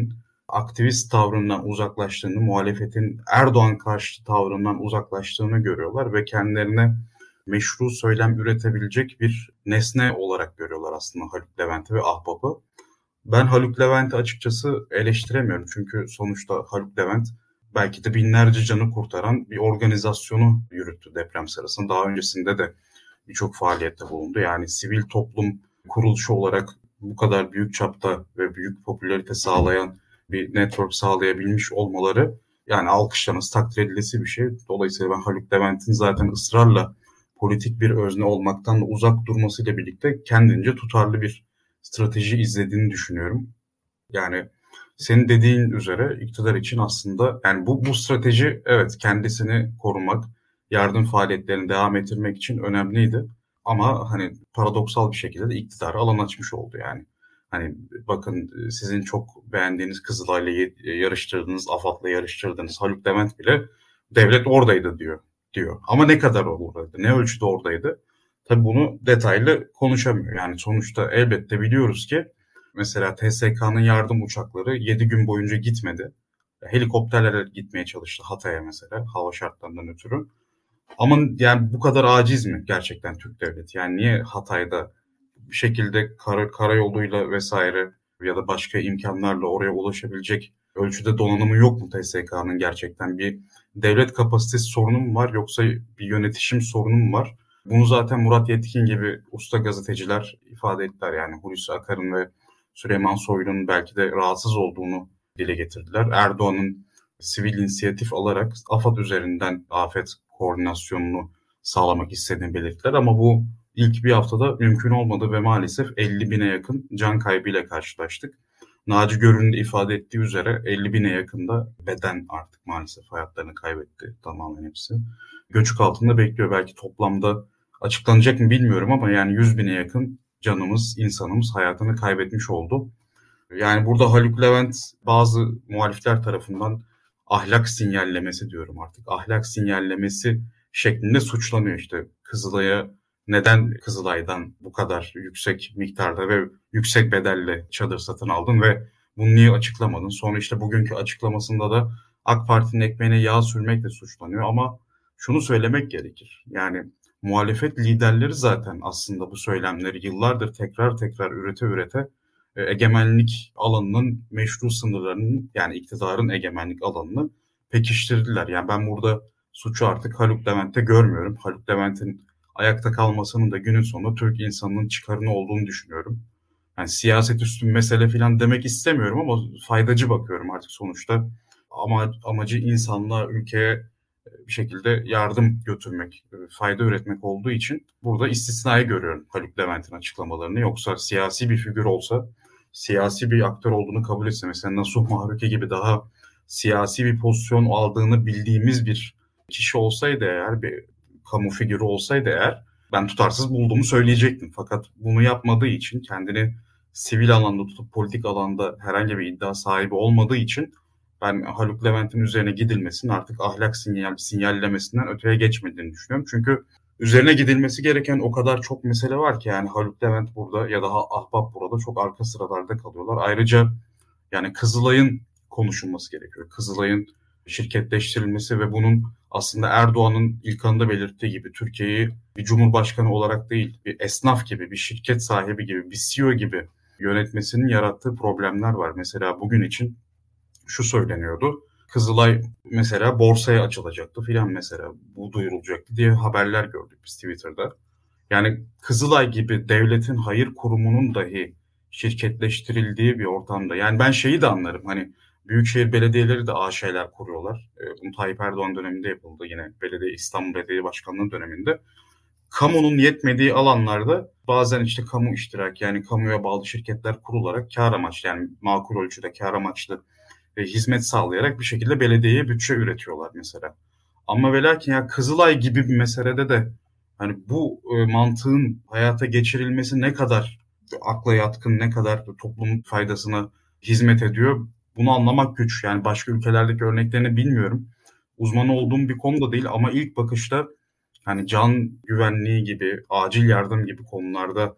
aktivist tavrından uzaklaştığını, muhalefetin Erdoğan karşıtı tavrından uzaklaştığını görüyorlar ve kendilerine meşru söylem üretebilecek bir nesne olarak görüyorlar aslında Haluk Levent'i ve Ahbap'ı. Ben Haluk Levent'i açıkçası eleştiremiyorum çünkü sonuçta Haluk Levent belki de binlerce canı kurtaran bir organizasyonu yürüttü deprem sırasında. Daha öncesinde de birçok faaliyette bulundu. Yani sivil toplum kuruluşu olarak bu kadar büyük çapta ve büyük popülarite sağlayan bir network sağlayabilmiş olmaları yani alkışlanması, takdir edilesi bir şey. Dolayısıyla ben Haluk Levent'in zaten ısrarla politik bir özne olmaktan da uzak durmasıyla birlikte kendince tutarlı bir strateji izlediğini düşünüyorum. Yani senin dediğin üzere iktidar için aslında yani bu, bu strateji evet kendisini korumak, yardım faaliyetlerini devam ettirmek için önemliydi. Ama hani paradoksal bir şekilde de iktidara alan açmış oldu yani. Hani bakın sizin çok beğendiğiniz Kızılay'la yarıştırdığınız, AFAD'la yarıştırdığınız Haluk Levent bile devlet oradaydı diyor. diyor. Ama ne kadar oradaydı, ne ölçüde oradaydı? Tabii bunu detaylı konuşamıyor. Yani sonuçta elbette biliyoruz ki mesela T S K'nın yardım uçakları yedi gün boyunca gitmedi. Helikopterlerle gitmeye çalıştı Hatay'a mesela hava şartlarından ötürü. Ama yani bu kadar aciz mi gerçekten Türk devleti? Yani niye Hatay'da bir şekilde kara, karayoluyla vesaire ya da başka imkanlarla oraya ulaşabilecek ölçüde donanımı yok mu T S K'nın gerçekten? Bir devlet kapasitesi sorunu mu var yoksa bir yönetişim sorunu mu var? Bunu zaten Murat Yetkin gibi usta gazeteciler ifade ettiler. Yani Hulusi Akar'ın ve Süleyman Soylu'nun belki de rahatsız olduğunu dile getirdiler. Erdoğan'ın sivil inisiyatif alarak AFAD üzerinden afet koordinasyonunu sağlamak istediğini belirttiler. Ama bu ilk bir haftada mümkün olmadı ve maalesef elli bine yakın can kaybıyla karşılaştık. Naci Görür'ün de ifade ettiği üzere elli bine yakında beden artık maalesef hayatlarını kaybetti tamamen hepsi. Göçük altında bekliyor. Belki toplamda açıklanacak mı bilmiyorum ama yani yüz bine yakın canımız, insanımız hayatını kaybetmiş oldu. Yani burada Haluk Levent bazı muhalifler tarafından ahlak sinyallemesi diyorum artık. Ahlak sinyallemesi şeklinde suçlanıyor işte. Kızılay'a neden Kızılay'dan bu kadar yüksek miktarda ve yüksek bedelle çadır satın aldın ve bunu niye açıklamadın? Sonra işte bugünkü açıklamasında da AK Parti'nin ekmeğine yağ sürmekle suçlanıyor ama şunu söylemek gerekir. Yani muhalefet liderleri zaten aslında bu söylemleri yıllardır tekrar tekrar ürete ürete egemenlik alanının meşru sınırlarının yani iktidarın egemenlik alanını pekiştirdiler. Yani ben burada suçu artık Haluk Levent'te görmüyorum. Haluk Levent'in ayakta kalmasının da günün sonunda Türk insanının çıkarını olduğunu düşünüyorum. Yani siyaset üstü mesele falan demek istemiyorum ama faydacı bakıyorum artık sonuçta. Ama amacı insanlığa, ülkeye bir şekilde yardım götürmek, fayda üretmek olduğu için burada istisnai görüyorum Haluk Levent'in açıklamalarını. Yoksa siyasi bir figür olsa, siyasi bir aktör olduğunu kabul etse, mesela Nasuh Mahruki gibi daha siyasi bir pozisyon aldığını bildiğimiz bir kişi olsaydı eğer, bir kamu figürü olsaydı eğer, ben tutarsız bulduğumu söyleyecektim. Fakat bunu yapmadığı için, kendini sivil alanda tutup politik alanda herhangi bir iddia sahibi olmadığı için ben Haluk Levent'in üzerine gidilmesinin artık ahlak sinyal, sinyallemesinden öteye geçmediğini düşünüyorum. Çünkü üzerine gidilmesi gereken o kadar çok mesele var ki yani Haluk Levent burada ya da Ahbap burada çok arka sıralarda kalıyorlar. Ayrıca yani Kızılay'ın konuşulması gerekiyor. Kızılay'ın şirketleştirilmesi ve bunun aslında Erdoğan'ın ilk anda belirttiği gibi Türkiye'yi bir cumhurbaşkanı olarak değil, bir esnaf gibi, bir şirket sahibi gibi, bir C E O gibi yönetmesinin yarattığı problemler var. Mesela bugün için şu söyleniyordu. Kızılay mesela borsaya açılacaktı filan mesela. Bu duyurulacaktı diye haberler gördük biz Twitter'da. Yani Kızılay gibi devletin hayır kurumunun dahi şirketleştirildiği bir ortamda. Yani ben şeyi de anlarım. Hani büyükşehir belediyeleri de A Ş'ler kuruyorlar. Bunu Tayyip Erdoğan döneminde yapıldı. Yine belediye İstanbul Belediye Başkanlığı döneminde. Kamunun yetmediği alanlarda bazen işte kamu iştirak yani kamuya bağlı şirketler kurularak kar amaçlı yani makul ölçüde kar amaçlı ve hizmet sağlayarak bir şekilde belediyeye bütçe üretiyorlar mesela. Ama ve lakin ya Kızılay gibi bir meselede de hani bu e, mantığın hayata geçirilmesi ne kadar akla yatkın, ne kadar toplumun faydasına hizmet ediyor bunu anlamak güç. Yani başka ülkelerdeki örneklerini bilmiyorum. Uzman olduğum bir konuda değil ama ilk bakışta hani can güvenliği gibi, acil yardım gibi konularda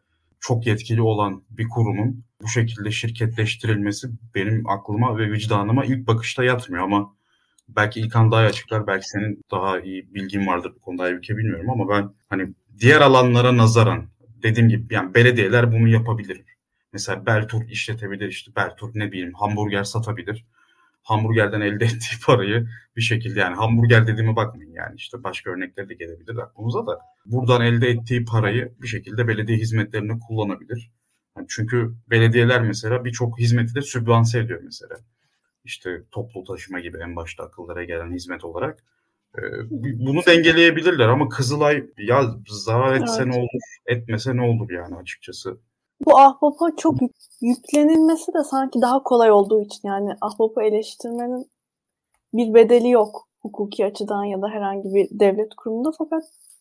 çok yetkili olan bir kurumun bu şekilde şirketleştirilmesi benim aklıma ve vicdanıma ilk bakışta yatmıyor ama belki İlkan daha iyi açıklar, belki senin daha iyi bilgin vardır bu konuda Aybüke, bilmiyorum ama ben hani diğer alanlara nazaran dediğim gibi yani belediyeler bunu yapabilir. Mesela Beltur işletebilir, işte Beltur ne bileyim hamburger satabilir. Hamburgerden elde ettiği parayı bir şekilde, yani hamburger dediğime bakmayın, yani işte başka örnekler de gelebilir aklımıza da. Buradan elde ettiği parayı bir şekilde belediye hizmetlerine kullanabilir. Yani çünkü belediyeler mesela birçok hizmeti de sübvanse ediyor mesela. İşte toplu taşıma gibi en başta akıllara gelen hizmet olarak. Ee, bunu dengeleyebilirler ama Kızılay ya zarar etse Evet. ne olur, etmese ne olur yani açıkçası. Bu Ahbap'a çok yük- yüklenilmesi de sanki daha kolay olduğu için, yani Ahbap'ı eleştirmenin bir bedeli yok hukuki açıdan ya da herhangi bir devlet kurumunda, fakat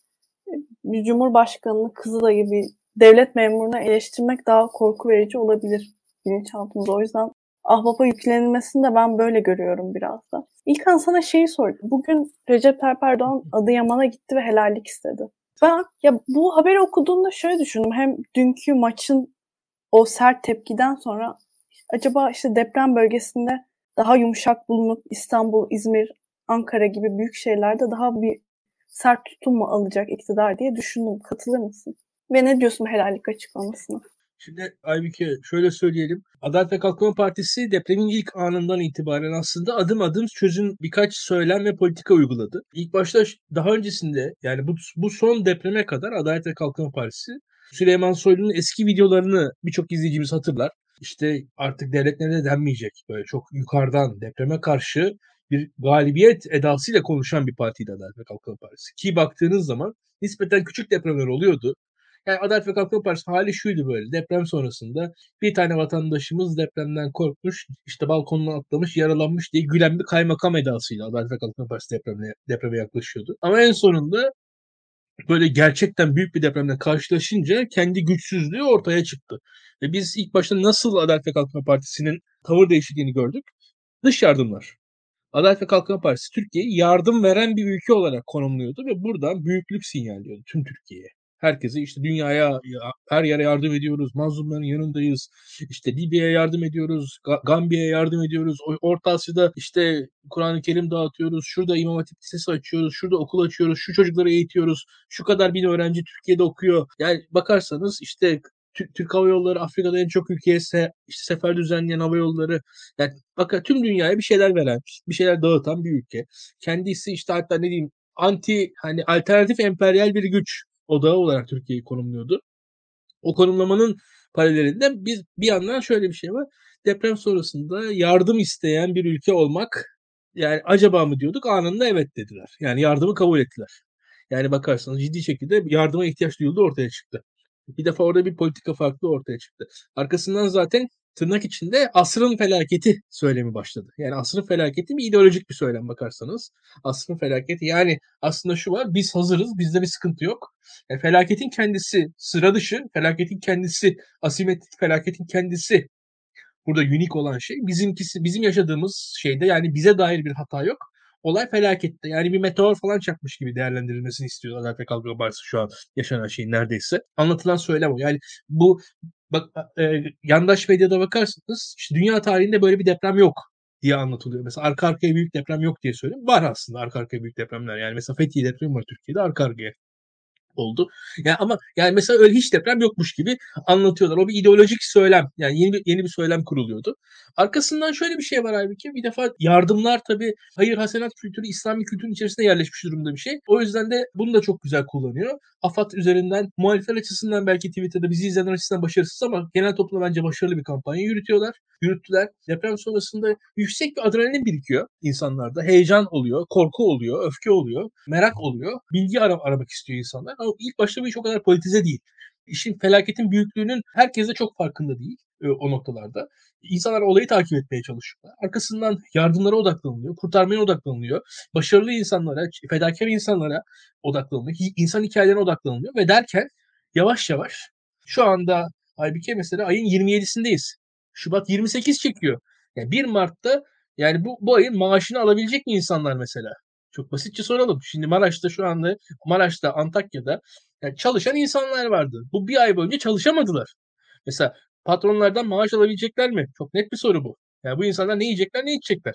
bir Cumhurbaşkanı'nı, Kızılay'ı, bir devlet memuruna eleştirmek daha korku verici olabilir bilinçaltımızda. O yüzden Ahbap'a yüklenilmesini de ben böyle görüyorum biraz da. İlkan, sana şeyi sordu. Bugün Recep Tayyip Erdoğan Adıyaman'a gitti ve helallik istedi. Ben ya bu haberi okuduğumda şöyle düşündüm. Hem dünkü maçın o sert tepkiden sonra acaba işte deprem bölgesinde daha yumuşak bulunup İstanbul, İzmir, Ankara gibi büyük şehirlerde daha bir sert tutum mu alacak iktidar diye düşündüm. Katılır mısın? Ve ne diyorsun helallik açıklamasına? Şimdi Aybüke şöyle söyleyelim. Adalet ve Kalkınma Partisi depremin ilk anından itibaren aslında adım adım çözüm birkaç söylem ve politika uyguladı. İlk başta daha öncesinde, yani bu, bu son depreme kadar Adalet ve Kalkınma Partisi Süleyman Soylu'nun eski videolarını birçok izleyicimiz hatırlar. İşte artık devletlerine denmeyecek, böyle çok yukarıdan depreme karşı bir galibiyet edasıyla konuşan bir partiydi Adalet ve Kalkınma Partisi. Ki baktığınız zaman nispeten küçük depremler oluyordu. Yani Adalet ve Kalkınma Partisi hali şuydu böyle. Deprem sonrasında bir tane vatandaşımız depremden korkmuş, işte balkondan atlamış, yaralanmış diye gülen bir kaymakam edasıyla Adalet ve Kalkınma Partisi depreme, depreme yaklaşıyordu. Ama en sonunda böyle gerçekten büyük bir depremle karşılaşınca kendi güçsüzlüğü ortaya çıktı. Ve biz ilk başta nasıl Adalet ve Kalkınma Partisi'nin tavır değişikliğini gördük? Dış yardımlar. Adalet ve Kalkınma Partisi Türkiye'yi yardım veren bir ülke olarak konumluyordu ve buradan büyüklük sinyalliyordu tüm Türkiye'ye. Herkese işte dünyaya, her yere yardım ediyoruz, mazlumların yanındayız, işte Libya'ya yardım ediyoruz, Gambiya'ya yardım ediyoruz, Orta Asya'da işte Kur'an-ı Kerim dağıtıyoruz, şurada İmam Hatip Lisesi açıyoruz, şurada okul açıyoruz, şu çocukları eğitiyoruz, şu kadar bin öğrenci Türkiye'de okuyor. Yani bakarsanız işte Türk Hava Yolları Afrika'da en çok ülkeye se işte sefer düzenleyen hava yolları. Yani bakın tüm dünyaya bir şeyler veren, bir şeyler dağıtan bir ülke. Kendisi işte hatta ne diyeyim anti hani alternatif emperyal bir güç odağı olarak Türkiye'yi konumluyordu. O konumlamanın paralelinde biz bir yandan şöyle bir şey var. Deprem sonrasında yardım isteyen bir ülke olmak, yani acaba mı diyorduk, anında evet dediler. Yani yardımı kabul ettiler. Yani bakarsanız ciddi şekilde yardıma ihtiyaç duyuldu ortaya çıktı. Bir defa orada bir politika farklı ortaya çıktı. Arkasından zaten tırnak içinde asrın felaketi söylemi başladı. Yani asrın felaketi bir ideolojik bir söylem bakarsanız. Asrın felaketi yani aslında şu var, biz hazırız, bizde bir sıkıntı yok. Yani felaketin kendisi sıra dışı, felaketin kendisi asimetrik, felaketin kendisi burada unik olan şey. Bizimkisi, bizim yaşadığımız şeyde yani bize dair bir hata yok. Olay felakette. Yani bir meteor falan çakmış gibi değerlendirilmesini istiyor Adalet ve Kalkınma Partisi şu an yaşanan şeyin neredeyse. Anlatılan söylem o. Yani bu bak e, yandaş medyada bakarsanız işte dünya tarihinde böyle bir deprem yok diye anlatılıyor. Mesela arka arkaya büyük deprem yok diye söylüyorum. Var aslında arka arkaya büyük depremler. Yani mesela Fethiye depremi var Türkiye'de arka arkaya oldu. Yani ama yani mesela öyle hiç deprem yokmuş gibi anlatıyorlar. O bir ideolojik söylem. Yani yeni bir, yeni bir söylem kuruluyordu. Arkasından şöyle bir şey var halbuki. Bir defa yardımlar tabii hayır hasenat kültürü, İslami kültürün içerisinde yerleşmiş durumda bir şey. O yüzden de bunu da çok güzel kullanıyor. AFAD üzerinden muhalifler açısından belki Twitter'da bizi izleyenler açısından başarısız ama genel toplumda bence başarılı bir kampanya yürütüyorlar. Yürüttüler. Deprem sonrasında yüksek bir adrenalin birikiyor insanlarda. Heyecan oluyor, korku oluyor, öfke oluyor, merak oluyor. Bilgi ara aramak istiyor insanlar. Ama ilk başta bu iş o kadar politize değil. İşin felaketin büyüklüğünün herkes de çok farkında değil e, o noktalarda. İnsanlar olayı takip etmeye çalışıyorlar. Arkasından yardımlara odaklanılıyor, kurtarmaya odaklanılıyor. Başarılı insanlara, fedakar insanlara odaklanılıyor. İnsan hikayelerine odaklanılıyor ve derken yavaş yavaş şu anda halbuki mesela ayın yirmi yedisindeyiz. Şubat yirmi sekiz çekiyor. Yani bir Mart'ta yani bu, bu ayın maaşını alabilecek mi insanlar mesela? Çok basitçe soralım. Şimdi Maraş'ta şu anda Maraş'ta, Antakya'da yani çalışan insanlar vardı. Bu bir ay boyunca çalışamadılar. Mesela patronlardan maaş alabilecekler mi? Çok net bir soru bu. Yani bu insanlar ne yiyecekler, ne içecekler?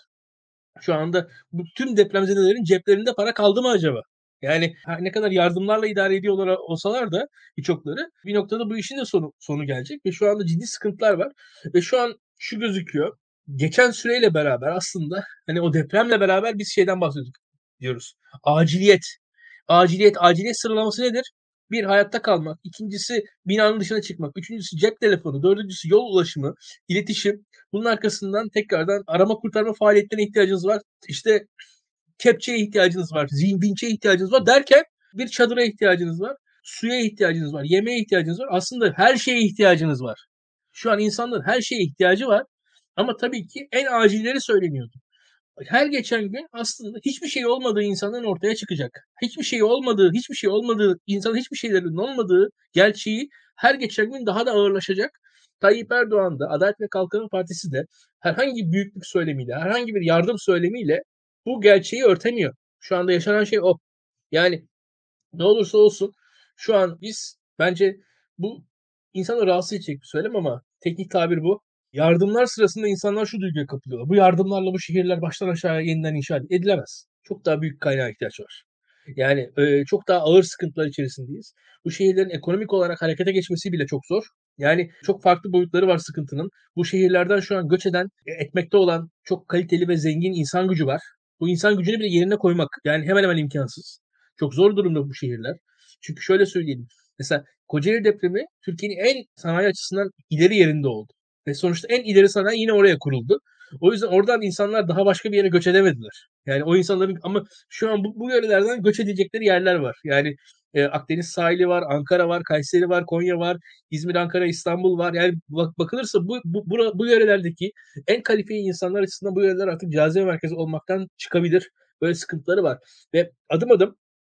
Şu anda bu tüm depremzedelerin ceplerinde para kaldı mı acaba? Yani her ne kadar yardımlarla idare ediyorlar olsalar da birçokları bir noktada bu işin de sonu, sonu gelecek ve şu anda ciddi sıkıntılar var. Ve şu an şu gözüküyor. Geçen süreyle beraber aslında hani o depremle beraber biz şeyden bahsediyoruz diyoruz. Aciliyet. Aciliyet, aciliyet sıralaması nedir? Bir, hayatta kalmak. İkincisi, binanın dışına çıkmak. Üçüncüsü, cep telefonu. Dördüncüsü, yol ulaşımı, iletişim. Bunun arkasından tekrardan arama kurtarma faaliyetlerine ihtiyacınız var. İşte kepçeye ihtiyacınız var. Vinçe ihtiyacınız var derken bir çadıra ihtiyacınız var. Suya ihtiyacınız var. Yemeğe ihtiyacınız var. Aslında her şeye ihtiyacınız var. Şu an insanların her şeye ihtiyacı var. Ama tabii ki en acilleri söyleniyordu. Her geçen gün aslında hiçbir şey olmadığı insanların ortaya çıkacak. Hiçbir şey olmadığı, hiçbir şey olmadığı, insanın hiçbir şeylerin olmadığı gerçeği her geçen gün daha da ağırlaşacak. Tayyip Erdoğan da, Adalet ve Kalkınma Partisi de herhangi büyüklük söylemiyle, herhangi bir yardım söylemiyle bu gerçeği örtemiyor. Şu anda yaşanan şey o. Yani ne olursa olsun şu an biz bence bu insanı rahatsız edecek bir söylem ama teknik tabir bu. Yardımlar sırasında insanlar şu duyguya kapılıyorlar. Bu yardımlarla bu şehirler baştan aşağıya yeniden inşa edilemez. Çok daha büyük kaynağa ihtiyaç var. Yani e, çok daha ağır sıkıntılar içerisindeyiz. Bu şehirlerin ekonomik olarak harekete geçmesi bile çok zor. Yani çok farklı boyutları var sıkıntının. Bu şehirlerden şu an göç eden, e, etmekte olan çok kaliteli ve zengin insan gücü var. Bu insan gücünü bile yerine koymak yani hemen hemen imkansız. Çok zor durumda bu şehirler. Çünkü şöyle söyleyelim. Mesela Kocaeli depremi Türkiye'nin en sanayi açısından ileri yerinde oldu. Ve sonuçta en ileri sanayi yine oraya kuruldu. O yüzden oradan insanlar daha başka bir yere göç edemediler. Yani o insanların ama şu an bu, bu yörelerden göç edecekleri yerler var. Yani e, Akdeniz sahili var, Ankara var, Kayseri var, Konya var, İzmir, Ankara, İstanbul var. Yani bak, bakılırsa bu, bu, bu, bu yörelerdeki en kalifiye insanlar açısından bu yöreler artık cazibe merkezi olmaktan çıkabilir. Böyle sıkıntıları var. Ve adım adım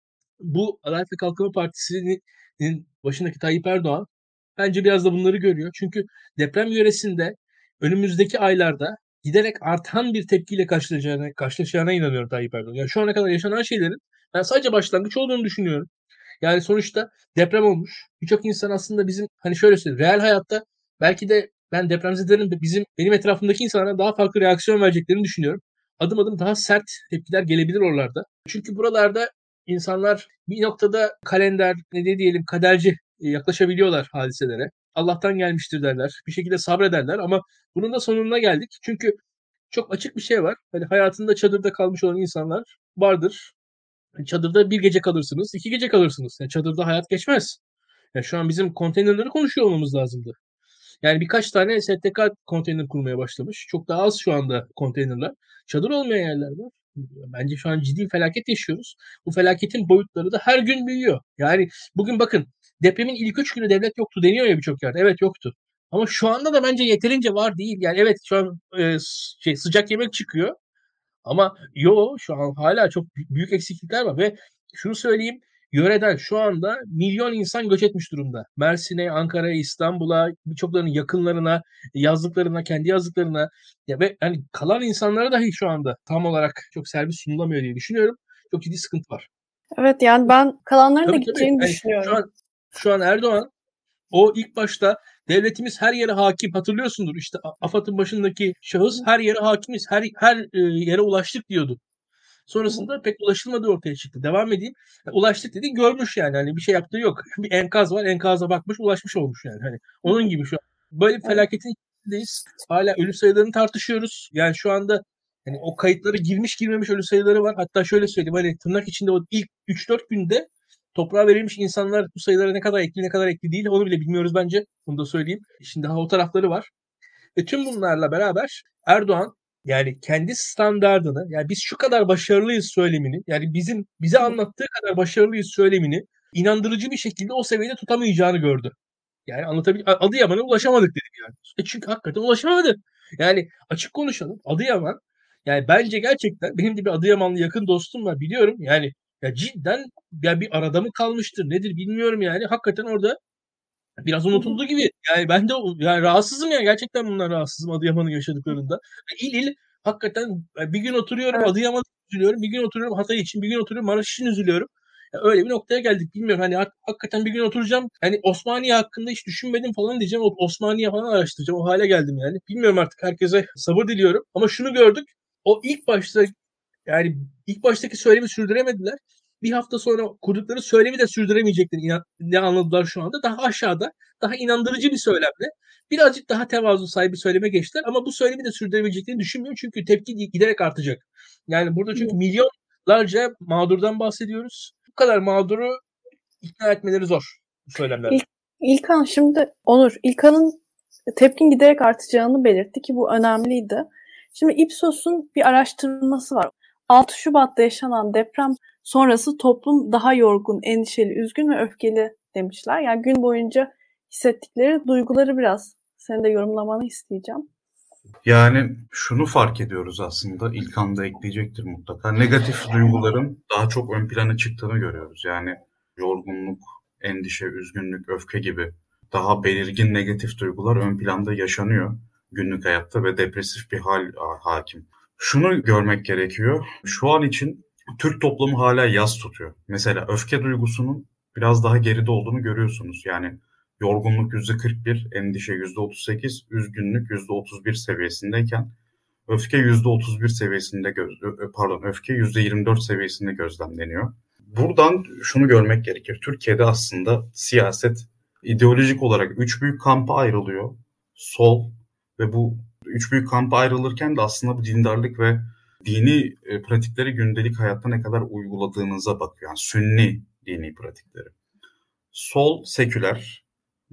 bu Adalet ve Kalkınma Partisi'nin başındaki Tayyip Erdoğan bence biraz da bunları görüyor. Çünkü deprem yöresinde önümüzdeki aylarda giderek artan bir tepkiyle karşılaşacağına, karşılaşacağına inanıyorum Tayyip Erdoğan. Yani şu ana kadar yaşanan şeylerin ben sadece başlangıç olduğunu düşünüyorum. Yani sonuçta deprem olmuş. Birçok insan aslında bizim hani şöyle söyleyeyim real hayatta belki de ben depremzedelerin bizim benim etrafımdaki insanlara daha farklı reaksiyon vereceklerini düşünüyorum. Adım adım daha sert tepkiler gelebilir oralarda. Çünkü buralarda insanlar bir noktada kalender ne diyelim kaderci yaklaşabiliyorlar hadiselere. Allah'tan gelmiştir derler. Bir şekilde sabrederler ama bunun da sonuna geldik. Çünkü çok açık bir şey var. Hani hayatında çadırda kalmış olan insanlar vardır. Çadırda bir gece kalırsınız, iki gece kalırsınız. Yani çadırda hayat geçmez. Yani şu an bizim konteynerleri konuşuyor olmamız lazımdı. Yani birkaç tane S T K konteyner kurmaya başlamış. Çok daha az şu anda konteynerler. Çadır olmayan yerler var. Bence şu an ciddi bir felaket yaşıyoruz. Bu felaketin boyutları da her gün büyüyor. Yani bugün bakın depremin ilk üç günü devlet yoktu deniyor ya birçok yerde. Evet yoktu. Ama şu anda da bence yeterince var değil. Yani evet şu an e, şey, sıcak yemek çıkıyor. Ama yo şu an hala çok büyük eksiklikler var ve şunu söyleyeyim yöreden şu anda milyon insan göç etmiş durumda. Mersin'e, Ankara'ya, İstanbul'a, birçoklarının yakınlarına, yazlıklarına, kendi yazlıklarına ya ve hani kalan insanlara dahi şu anda tam olarak çok servis sunulamıyor diye düşünüyorum. Çok ciddi sıkıntı var. Evet yani ben kalanların da Tabii tabii. gideceğini Yani düşünüyorum. şu an şu an Erdoğan o ilk başta devletimiz her yere hakim hatırlıyorsundur işte AFAD'ın başındaki şahıs her yere hakimiz her her e, yere ulaştık diyordu. Sonrasında pek ulaşılmadığı ortaya çıktı. Devam edeyim. Yani ulaştık dedi görmüş yani. Hani bir şey yaptığı yok. Bir enkaz var. Enkaza bakmış ulaşmış olmuş yani. Hani onun gibi şu an. Böyle bir felaketin içindeyiz. Hala ölü sayılarını tartışıyoruz. Yani şu anda hani o kayıtlara girmiş girmemiş ölü sayıları var. Hatta şöyle söyleyeyim hani tırnak içinde o ilk üç dört günde toprağa verilmiş insanlar bu sayılara ne kadar ekli ne kadar ekli değil onu bile bilmiyoruz bence. Bunu da söyleyeyim. Şimdi daha o tarafları var. Ve tüm bunlarla beraber Erdoğan yani kendi standardını yani biz şu kadar başarılıyız söylemini yani bizim bize anlattığı kadar başarılıyız söylemini inandırıcı bir şekilde o seviyede tutamayacağını gördü. Yani anlatabiliyor. Adıyaman'a ulaşamadık dedik yani. E çünkü hakikaten ulaşamadı. Yani açık konuşalım. Adıyaman yani bence gerçekten benim de bir Adıyamanlı yakın dostum var biliyorum. Yani ya cidden ya bir arada mı kalmıştır nedir bilmiyorum yani. Hakikaten orada biraz unutulduğu gibi. Yani ben de yani rahatsızım ya. Gerçekten bundan rahatsızım Adıyaman'ın yaşadıklarında. İl il hakikaten bir gün oturuyorum Evet. Adıyaman'a üzülüyorum. Bir gün oturuyorum Hatay için. Bir gün oturuyorum Maraş için üzülüyorum. Yani öyle bir noktaya geldik. Bilmiyorum hani hak- hakikaten bir gün oturacağım. Hani Osmaniye hakkında hiç düşünmedim falan diyeceğim. O Osmaniye falan araştıracağım. O hale geldim yani. Bilmiyorum artık, herkese sabır diliyorum. Ama şunu gördük. O ilk başta yani ilk baştaki söylemi sürdüremediler. Bir hafta sonra kurdukları söylemi de sürdüremeyeceklerini inan- ne anladılar şu anda. Daha aşağıda, daha inandırıcı bir söylemle birazcık daha tevazu sahibi söyleme geçtiler. Ama bu söylemi de sürdürebileceklerini düşünmüyorum. Çünkü tepki giderek artacak. Yani burada çünkü milyonlarca mağdurdan bahsediyoruz. Bu kadar mağduru ikna etmeleri zor bu söylemlerle. İlk, İlkan şimdi Onur, İlkan'ın tepkin giderek artacağını belirtti ki bu önemliydi. Şimdi Ipsos'un bir araştırması var. altı Şubat'ta yaşanan deprem sonrası toplum daha yorgun, endişeli, üzgün ve öfkeli demişler. Yani gün boyunca hissettikleri duyguları biraz senin de yorumlamanı isteyeceğim. Yani şunu fark ediyoruz aslında, İlkan da ekleyecektir mutlaka. Negatif duyguların daha çok ön plana çıktığını görüyoruz. Yani yorgunluk, endişe, üzgünlük, öfke gibi daha belirgin negatif duygular ön planda yaşanıyor günlük hayatta ve depresif bir hal hakim. Şunu görmek gerekiyor. Şu an için Türk toplumu hala yas tutuyor. Mesela öfke duygusunun biraz daha geride olduğunu görüyorsunuz. Yani yorgunluk yüzde kırk bir, endişe yüzde otuz sekiz, üzgünlük yüzde otuz bir seviyesindeyken öfke yüzde otuz bir seviyesinde göz, pardon öfke yüzde yirmi dört seviyesinde gözlemleniyor. Buradan şunu görmek gerekir. Türkiye'de aslında siyaset ideolojik olarak üç büyük kampa ayrılıyor. Sol ve bu üç büyük kampa ayrılırken de aslında bu dindarlık ve dini e, pratikleri gündelik hayatta ne kadar uyguladığınıza bakıyor. Yani sünni dini pratikleri. Sol seküler,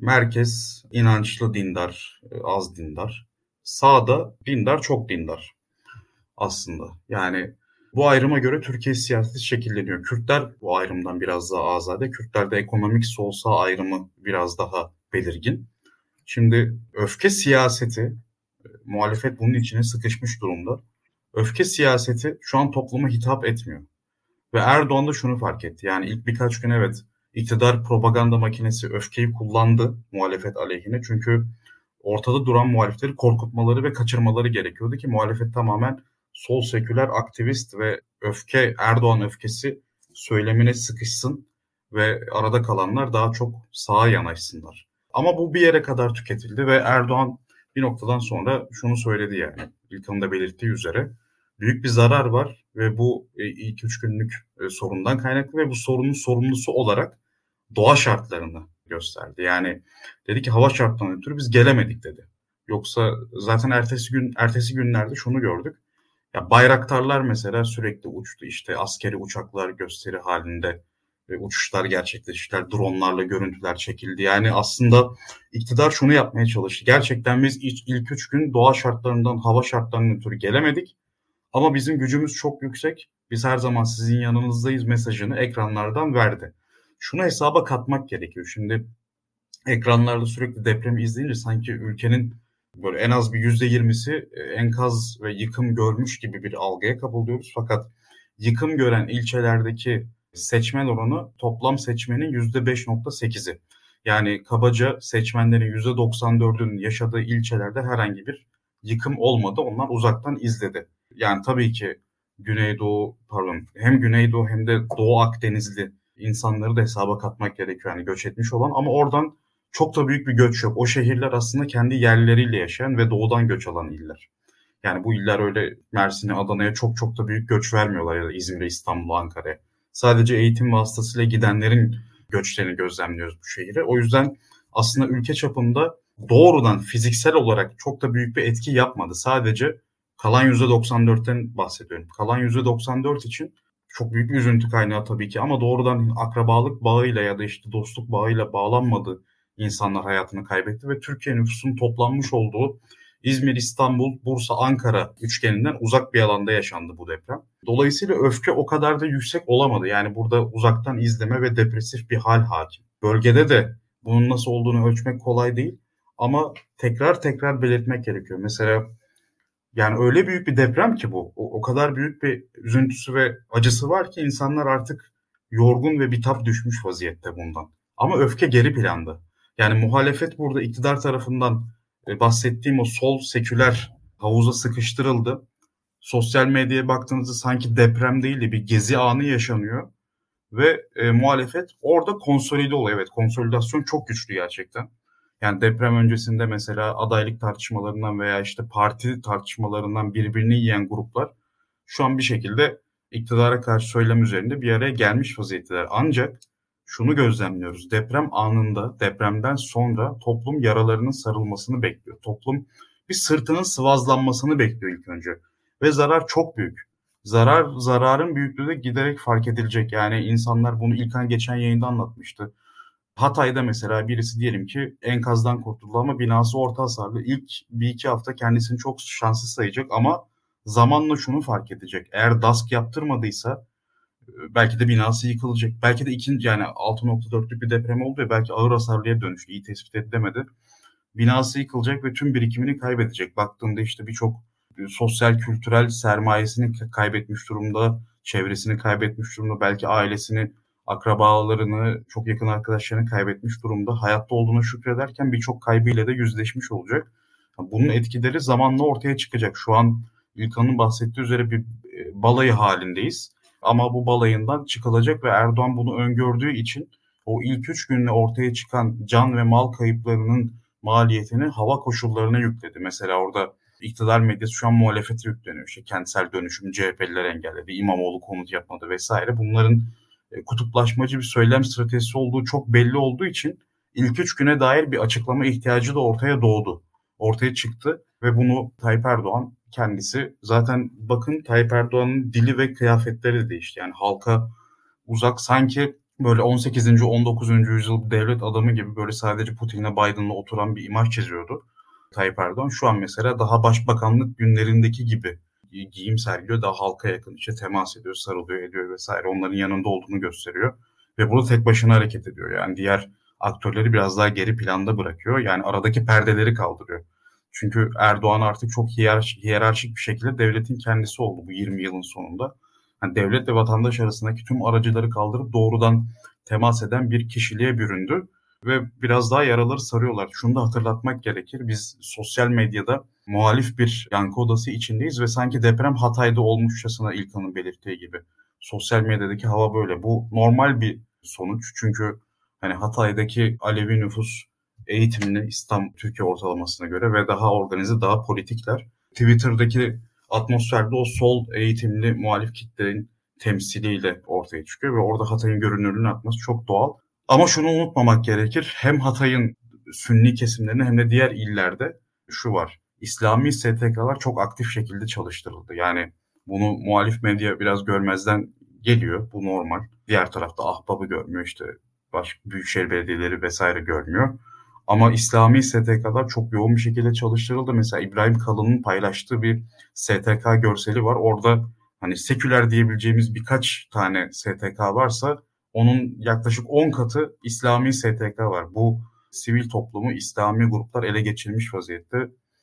merkez inançlı dindar, e, az dindar. Sağda dindar, çok dindar aslında. Yani bu ayrıma göre Türkiye siyaseti şekilleniyor. Kürtler bu ayrımdan biraz daha azade. Kürtlerde ekonomik sol sağ ayrımı biraz daha belirgin. Şimdi öfke siyaseti, e, muhalefet bunun içine sıkışmış durumda. Öfke siyaseti şu an topluma hitap etmiyor. Ve Erdoğan da şunu fark etti. Yani ilk birkaç gün evet iktidar propaganda makinesi öfkeyi kullandı muhalefet aleyhine. Çünkü ortada duran muhalifleri korkutmaları ve kaçırmaları gerekiyordu ki muhalefet tamamen sol seküler aktivist ve öfke, Erdoğan öfkesi söylemine sıkışsın ve arada kalanlar daha çok sağa yanaşsınlar. Ama bu bir yere kadar tüketildi ve Erdoğan bir noktadan sonra şunu söyledi yani İlkan'ın da belirttiği üzere. Büyük bir zarar var ve bu ilk üç günlük sorundan kaynaklı ve bu sorunun sorumlusu olarak doğa şartlarını gösterdi. Yani dedi ki hava şartlarından ötürü biz gelemedik dedi. Yoksa zaten ertesi gün ertesi günlerde şunu gördük. Ya bayraktarlar mesela sürekli uçtu, işte askeri uçaklar gösteri halinde ve uçuşlar gerçekleştiler, dronlarla görüntüler çekildi. Yani aslında iktidar şunu yapmaya çalıştı. Gerçekten biz ilk, ilk üç gün doğa şartlarından, hava şartlarından ötürü gelemedik. Ama bizim gücümüz çok yüksek. Biz her zaman sizin yanınızdayız mesajını ekranlardan verdi. Şunu hesaba katmak gerekiyor. Şimdi ekranlarda sürekli depremi izleyince sanki ülkenin böyle en az bir yüzde yirmisi enkaz ve yıkım görmüş gibi bir algıya kapılıyoruz. Fakat yıkım gören ilçelerdeki seçmen oranı toplam seçmenin yüzde beş virgül sekizi. Yani kabaca seçmenlerin yüzde doksan dördünün yaşadığı ilçelerde herhangi bir yıkım olmadı. Onlar uzaktan izledi. Yani tabii ki Güneydoğu, pardon hem Güneydoğu hem de Doğu Akdenizli insanları da hesaba katmak gerekiyor. Yani göç etmiş olan ama oradan çok da büyük bir göç yok. O şehirler aslında kendi yerleriyle yaşayan ve doğudan göç alan iller. Yani bu iller öyle Mersin'e, Adana'ya çok çok da büyük göç vermiyorlar ya da İzmir'e, İstanbul'a, Ankara'ya. Sadece eğitim vasıtasıyla gidenlerin göçlerini gözlemliyoruz bu şehire. O yüzden aslında ülke çapında doğrudan fiziksel olarak çok da büyük bir etki yapmadı. Sadece kalan yüzde doksan dörtten bahsediyorum. Kalan yüzde doksan dört için çok büyük bir üzüntü kaynağı tabii ki ama doğrudan akrabalık bağıyla ya da işte dostluk bağıyla bağlanmadı. İnsanlar hayatını kaybetti ve Türkiye nüfusunun toplanmış olduğu İzmir, İstanbul, Bursa, Ankara üçgeninden uzak bir alanda yaşandı bu deprem. Dolayısıyla öfke o kadar da yüksek olamadı. Yani burada uzaktan izleme ve depresif bir hal hakim. Bölgede de bunun nasıl olduğunu ölçmek kolay değil ama tekrar tekrar belirtmek gerekiyor. Mesela yani öyle büyük bir deprem ki bu. O, o kadar büyük bir üzüntüsü ve acısı var ki insanlar artık yorgun ve bitap düşmüş vaziyette bundan. Ama öfke geri planda. Yani muhalefet burada iktidar tarafından e, bahsettiğim o sol seküler havuza sıkıştırıldı. Sosyal medyaya baktığınızda sanki deprem değil de bir gezi anı yaşanıyor. ve e, muhalefet orada konsolide oluyor. Evet, konsolidasyon çok güçlü gerçekten. Yani deprem öncesinde mesela adaylık tartışmalarından veya işte parti tartışmalarından birbirini yiyen gruplar şu an bir şekilde iktidara karşı söylem üzerinde bir araya gelmiş vaziyetteler. Ancak şunu gözlemliyoruz. Deprem anında, depremden sonra toplum yaralarının sarılmasını bekliyor. Toplum bir sırtının sıvazlanmasını bekliyor ilk önce. Ve zarar çok büyük. Zarar zararın büyüklüğü de giderek fark edilecek. Yani insanlar bunu İlkan geçen yayında anlatmıştı. Hatay'da mesela birisi diyelim ki enkazdan kurtuldu ama binası orta hasarlı. İlk bir iki hafta kendisini çok şanslı sayacak ama zamanla şunu fark edecek. Eğer D A S K yaptırmadıysa belki de binası yıkılacak. Belki de ikinci yani altı nokta dörtlük bir deprem oldu ve belki ağır hasarlıya dönüştü. İyi tespit edilemedi. Binası yıkılacak ve tüm birikimini kaybedecek. Baktığında işte birçok sosyal kültürel sermayesini kaybetmiş durumda, çevresini kaybetmiş durumda, belki ailesini, akrabalarını, çok yakın arkadaşlarını kaybetmiş durumda. Hayatta olduğuna şükrederken birçok kaybıyla da yüzleşmiş olacak. Bunun etkileri zamanla ortaya çıkacak. Şu an İlkan'ın bahsettiği üzere bir balayı halindeyiz. Ama bu balayından çıkılacak ve Erdoğan bunu öngördüğü için o ilk üç günde ortaya çıkan can ve mal kayıplarının maliyetini hava koşullarına yükledi. Mesela orada iktidar medyası şu an muhalefete yükleniyor. İşte kentsel dönüşüm C H P'liler engelledi, İmamoğlu konut yapmadı vesaire. Bunların kutuplaşmacı bir söylem stratejisi olduğu çok belli olduğu için ilk üç güne dair bir açıklama ihtiyacı da ortaya doğdu. Ortaya çıktı ve bunu Tayyip Erdoğan kendisi zaten bakın Tayyip Erdoğan'ın dili ve kıyafetleri de değişti. Yani halka uzak sanki böyle on sekizinci on dokuzuncu yüzyıl devlet adamı gibi böyle sadece Putin'le Biden'la oturan bir imaj çiziyordu Tayyip Erdoğan. Şu an mesela daha başbakanlık günlerindeki gibi giyim sergiliyor. Daha halka yakın işte temas ediyor, sarılıyor, ediyor vesaire. Onların yanında olduğunu gösteriyor. Ve bunu tek başına hareket ediyor. Yani diğer aktörleri biraz daha geri planda bırakıyor. Yani aradaki perdeleri kaldırıyor. Çünkü Erdoğan artık çok hiyerarşik bir şekilde devletin kendisi oldu bu yirmi yılın sonunda. Yani devlet ve vatandaş arasındaki tüm aracıları kaldırıp doğrudan temas eden bir kişiliğe büründü. Ve biraz daha yaraları sarıyorlar. Şunu da hatırlatmak gerekir. Biz sosyal medyada muhalif bir yankı odası içindeyiz ve sanki deprem Hatay'da olmuşçasına İlkan'ın belirttiği gibi. Sosyal medyadaki hava böyle. Bu normal bir sonuç. Çünkü hani Hatay'daki Alevi nüfus eğitimli İslam Türkiye ortalamasına göre ve daha organize, daha politikler. Twitter'daki atmosferde o sol eğitimli muhalif kitlerin temsiliyle ortaya çıkıyor ve orada Hatay'ın görünürlüğünü atması çok doğal. Ama şunu unutmamak gerekir. Hem Hatay'ın Sünni kesimlerinde hem de diğer illerde şu var. İslami S T K'lar çok aktif şekilde çalıştırıldı. Yani bunu muhalif medya biraz görmezden geliyor. Bu normal. Diğer tarafta Ahbap'ı görmüyor, işte başka büyükşehir belediyeleri vesaire görmüyor. Ama İslami S T K'lar çok yoğun bir şekilde çalıştırıldı. Mesela İbrahim Kalın'ın paylaştığı bir S T K görseli var. Orada hani seküler diyebileceğimiz birkaç tane S T K varsa onun yaklaşık on katı İslami S T K var. Bu sivil toplumu İslami gruplar ele geçirmiş vaziyette.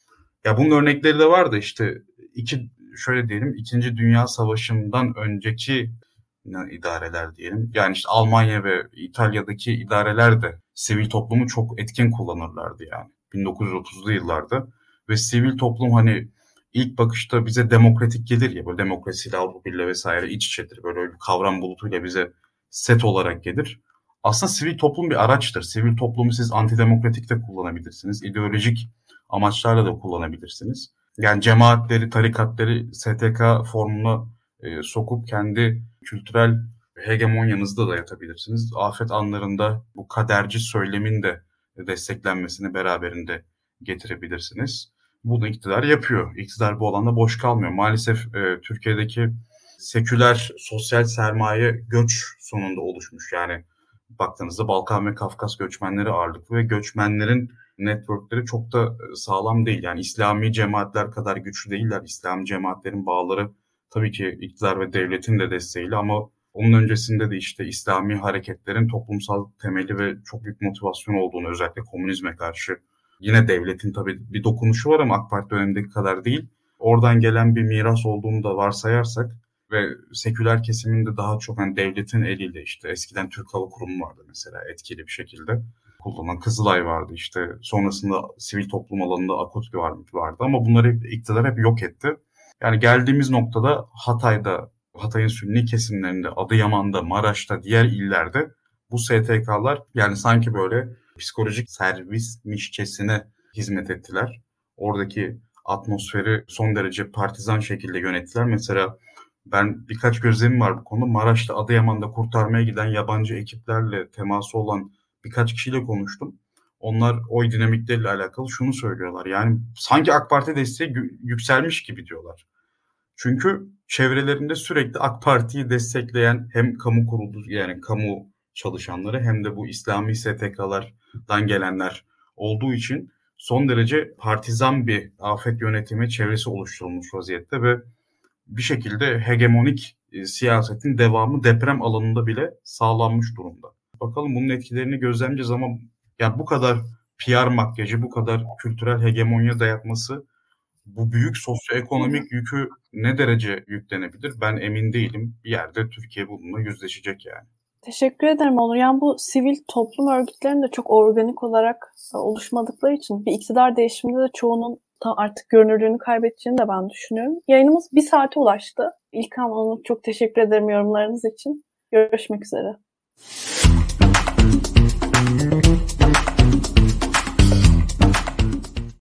Ya bunun örnekleri de vardı işte. İki, şöyle diyelim, İkinci Dünya Savaşı'ndan önceki idareler diyelim. Yani işte Almanya ve İtalya'daki idareler de sivil toplumu çok etkin kullanırlardı yani. bin dokuz yüz otuzlu yıllarda. Ve sivil toplum hani ilk bakışta bize demokratik gelir ya, böyle demokrasiyle Avrupa Birliği vesaire iç içedir. Böyle bir kavram bulutuyla bize set olarak gelir. Aslında sivil toplum bir araçtır. Sivil toplumu siz antidemokratik de kullanabilirsiniz. İdeolojik amaçlarla da kullanabilirsiniz. Yani cemaatleri, tarikatları S T K formuna e, sokup kendi kültürel hegemonyanızı da dayatabilirsiniz. Afet anlarında bu kaderci söylemin de desteklenmesini beraberinde getirebilirsiniz. Bunu iktidar yapıyor. İktidar bu alanda boş kalmıyor. Maalesef e, Türkiye'deki seküler sosyal sermaye göç sonunda oluşmuş. Yani baktığınızda Balkan ve Kafkas göçmenleri ağırlıklı ve göçmenlerin networkleri çok da sağlam değil. Yani İslami cemaatler kadar güçlü değiller. İslami cemaatlerin bağları tabii ki iktidar ve devletin de desteğiyle ama onun öncesinde de işte İslami hareketlerin toplumsal temeli ve çok büyük motivasyon olduğunu, özellikle komünizme karşı. Yine devletin tabii bir dokunuşu var ama AK Parti dönemindeki kadar değil. Oradan gelen bir miras olduğunu da varsayarsak ve seküler kesiminde daha çok hani devletin eliyle, işte eskiden Türk Hava Kurumu vardı mesela etkili bir şekilde kullanılan, Kızılay vardı, işte sonrasında sivil toplum alanında AKOT vardı ama bunları hep, iktidar hep yok etti. Yani geldiğimiz noktada Hatay'da Hatay'ın Sünni kesimlerinde, Adıyaman'da, Maraş'ta, diğer illerde bu S T K'lar yani sanki böyle psikolojik servismişçesine hizmet ettiler. Oradaki atmosferi son derece partizan şekilde yönettiler. Mesela ben birkaç gözlemim var bu konuda. Maraş'ta, Adıyaman'da kurtarmaya giden yabancı ekiplerle teması olan birkaç kişiyle konuştum. Onlar oy dinamikleriyle alakalı şunu söylüyorlar. Yani sanki AK Parti desteği yükselmiş gibi diyorlar. Çünkü çevrelerinde sürekli AK Parti'yi destekleyen hem kamu kurulu yani kamu çalışanları hem de bu İslami S T K'lardan gelenler olduğu için son derece partizan bir afet yönetimi çevresi oluşturulmuş vaziyette ve bir şekilde hegemonik e, siyasetin devamı deprem alanında bile sağlanmış durumda. Bakalım bunun etkilerini gözlemleyeceğiz ama ya bu kadar P R makyajı, bu kadar kültürel hegemonya dayatması bu büyük sosyoekonomik yükü ne derece yüklenebilir? Ben emin değilim. Bir yerde Türkiye bununla yüzleşecek yani. Teşekkür ederim Onur. Yani bu sivil toplum örgütlerinin de çok organik olarak oluşmadıkları için bir iktidar değişiminde de çoğunun artık görünürlüğünü kaybedeceğini de ben düşünüyorum. Yayınımız bir saate ulaştı. İlkan, Onur, çok teşekkür ederim yorumlarınız için. Görüşmek üzere.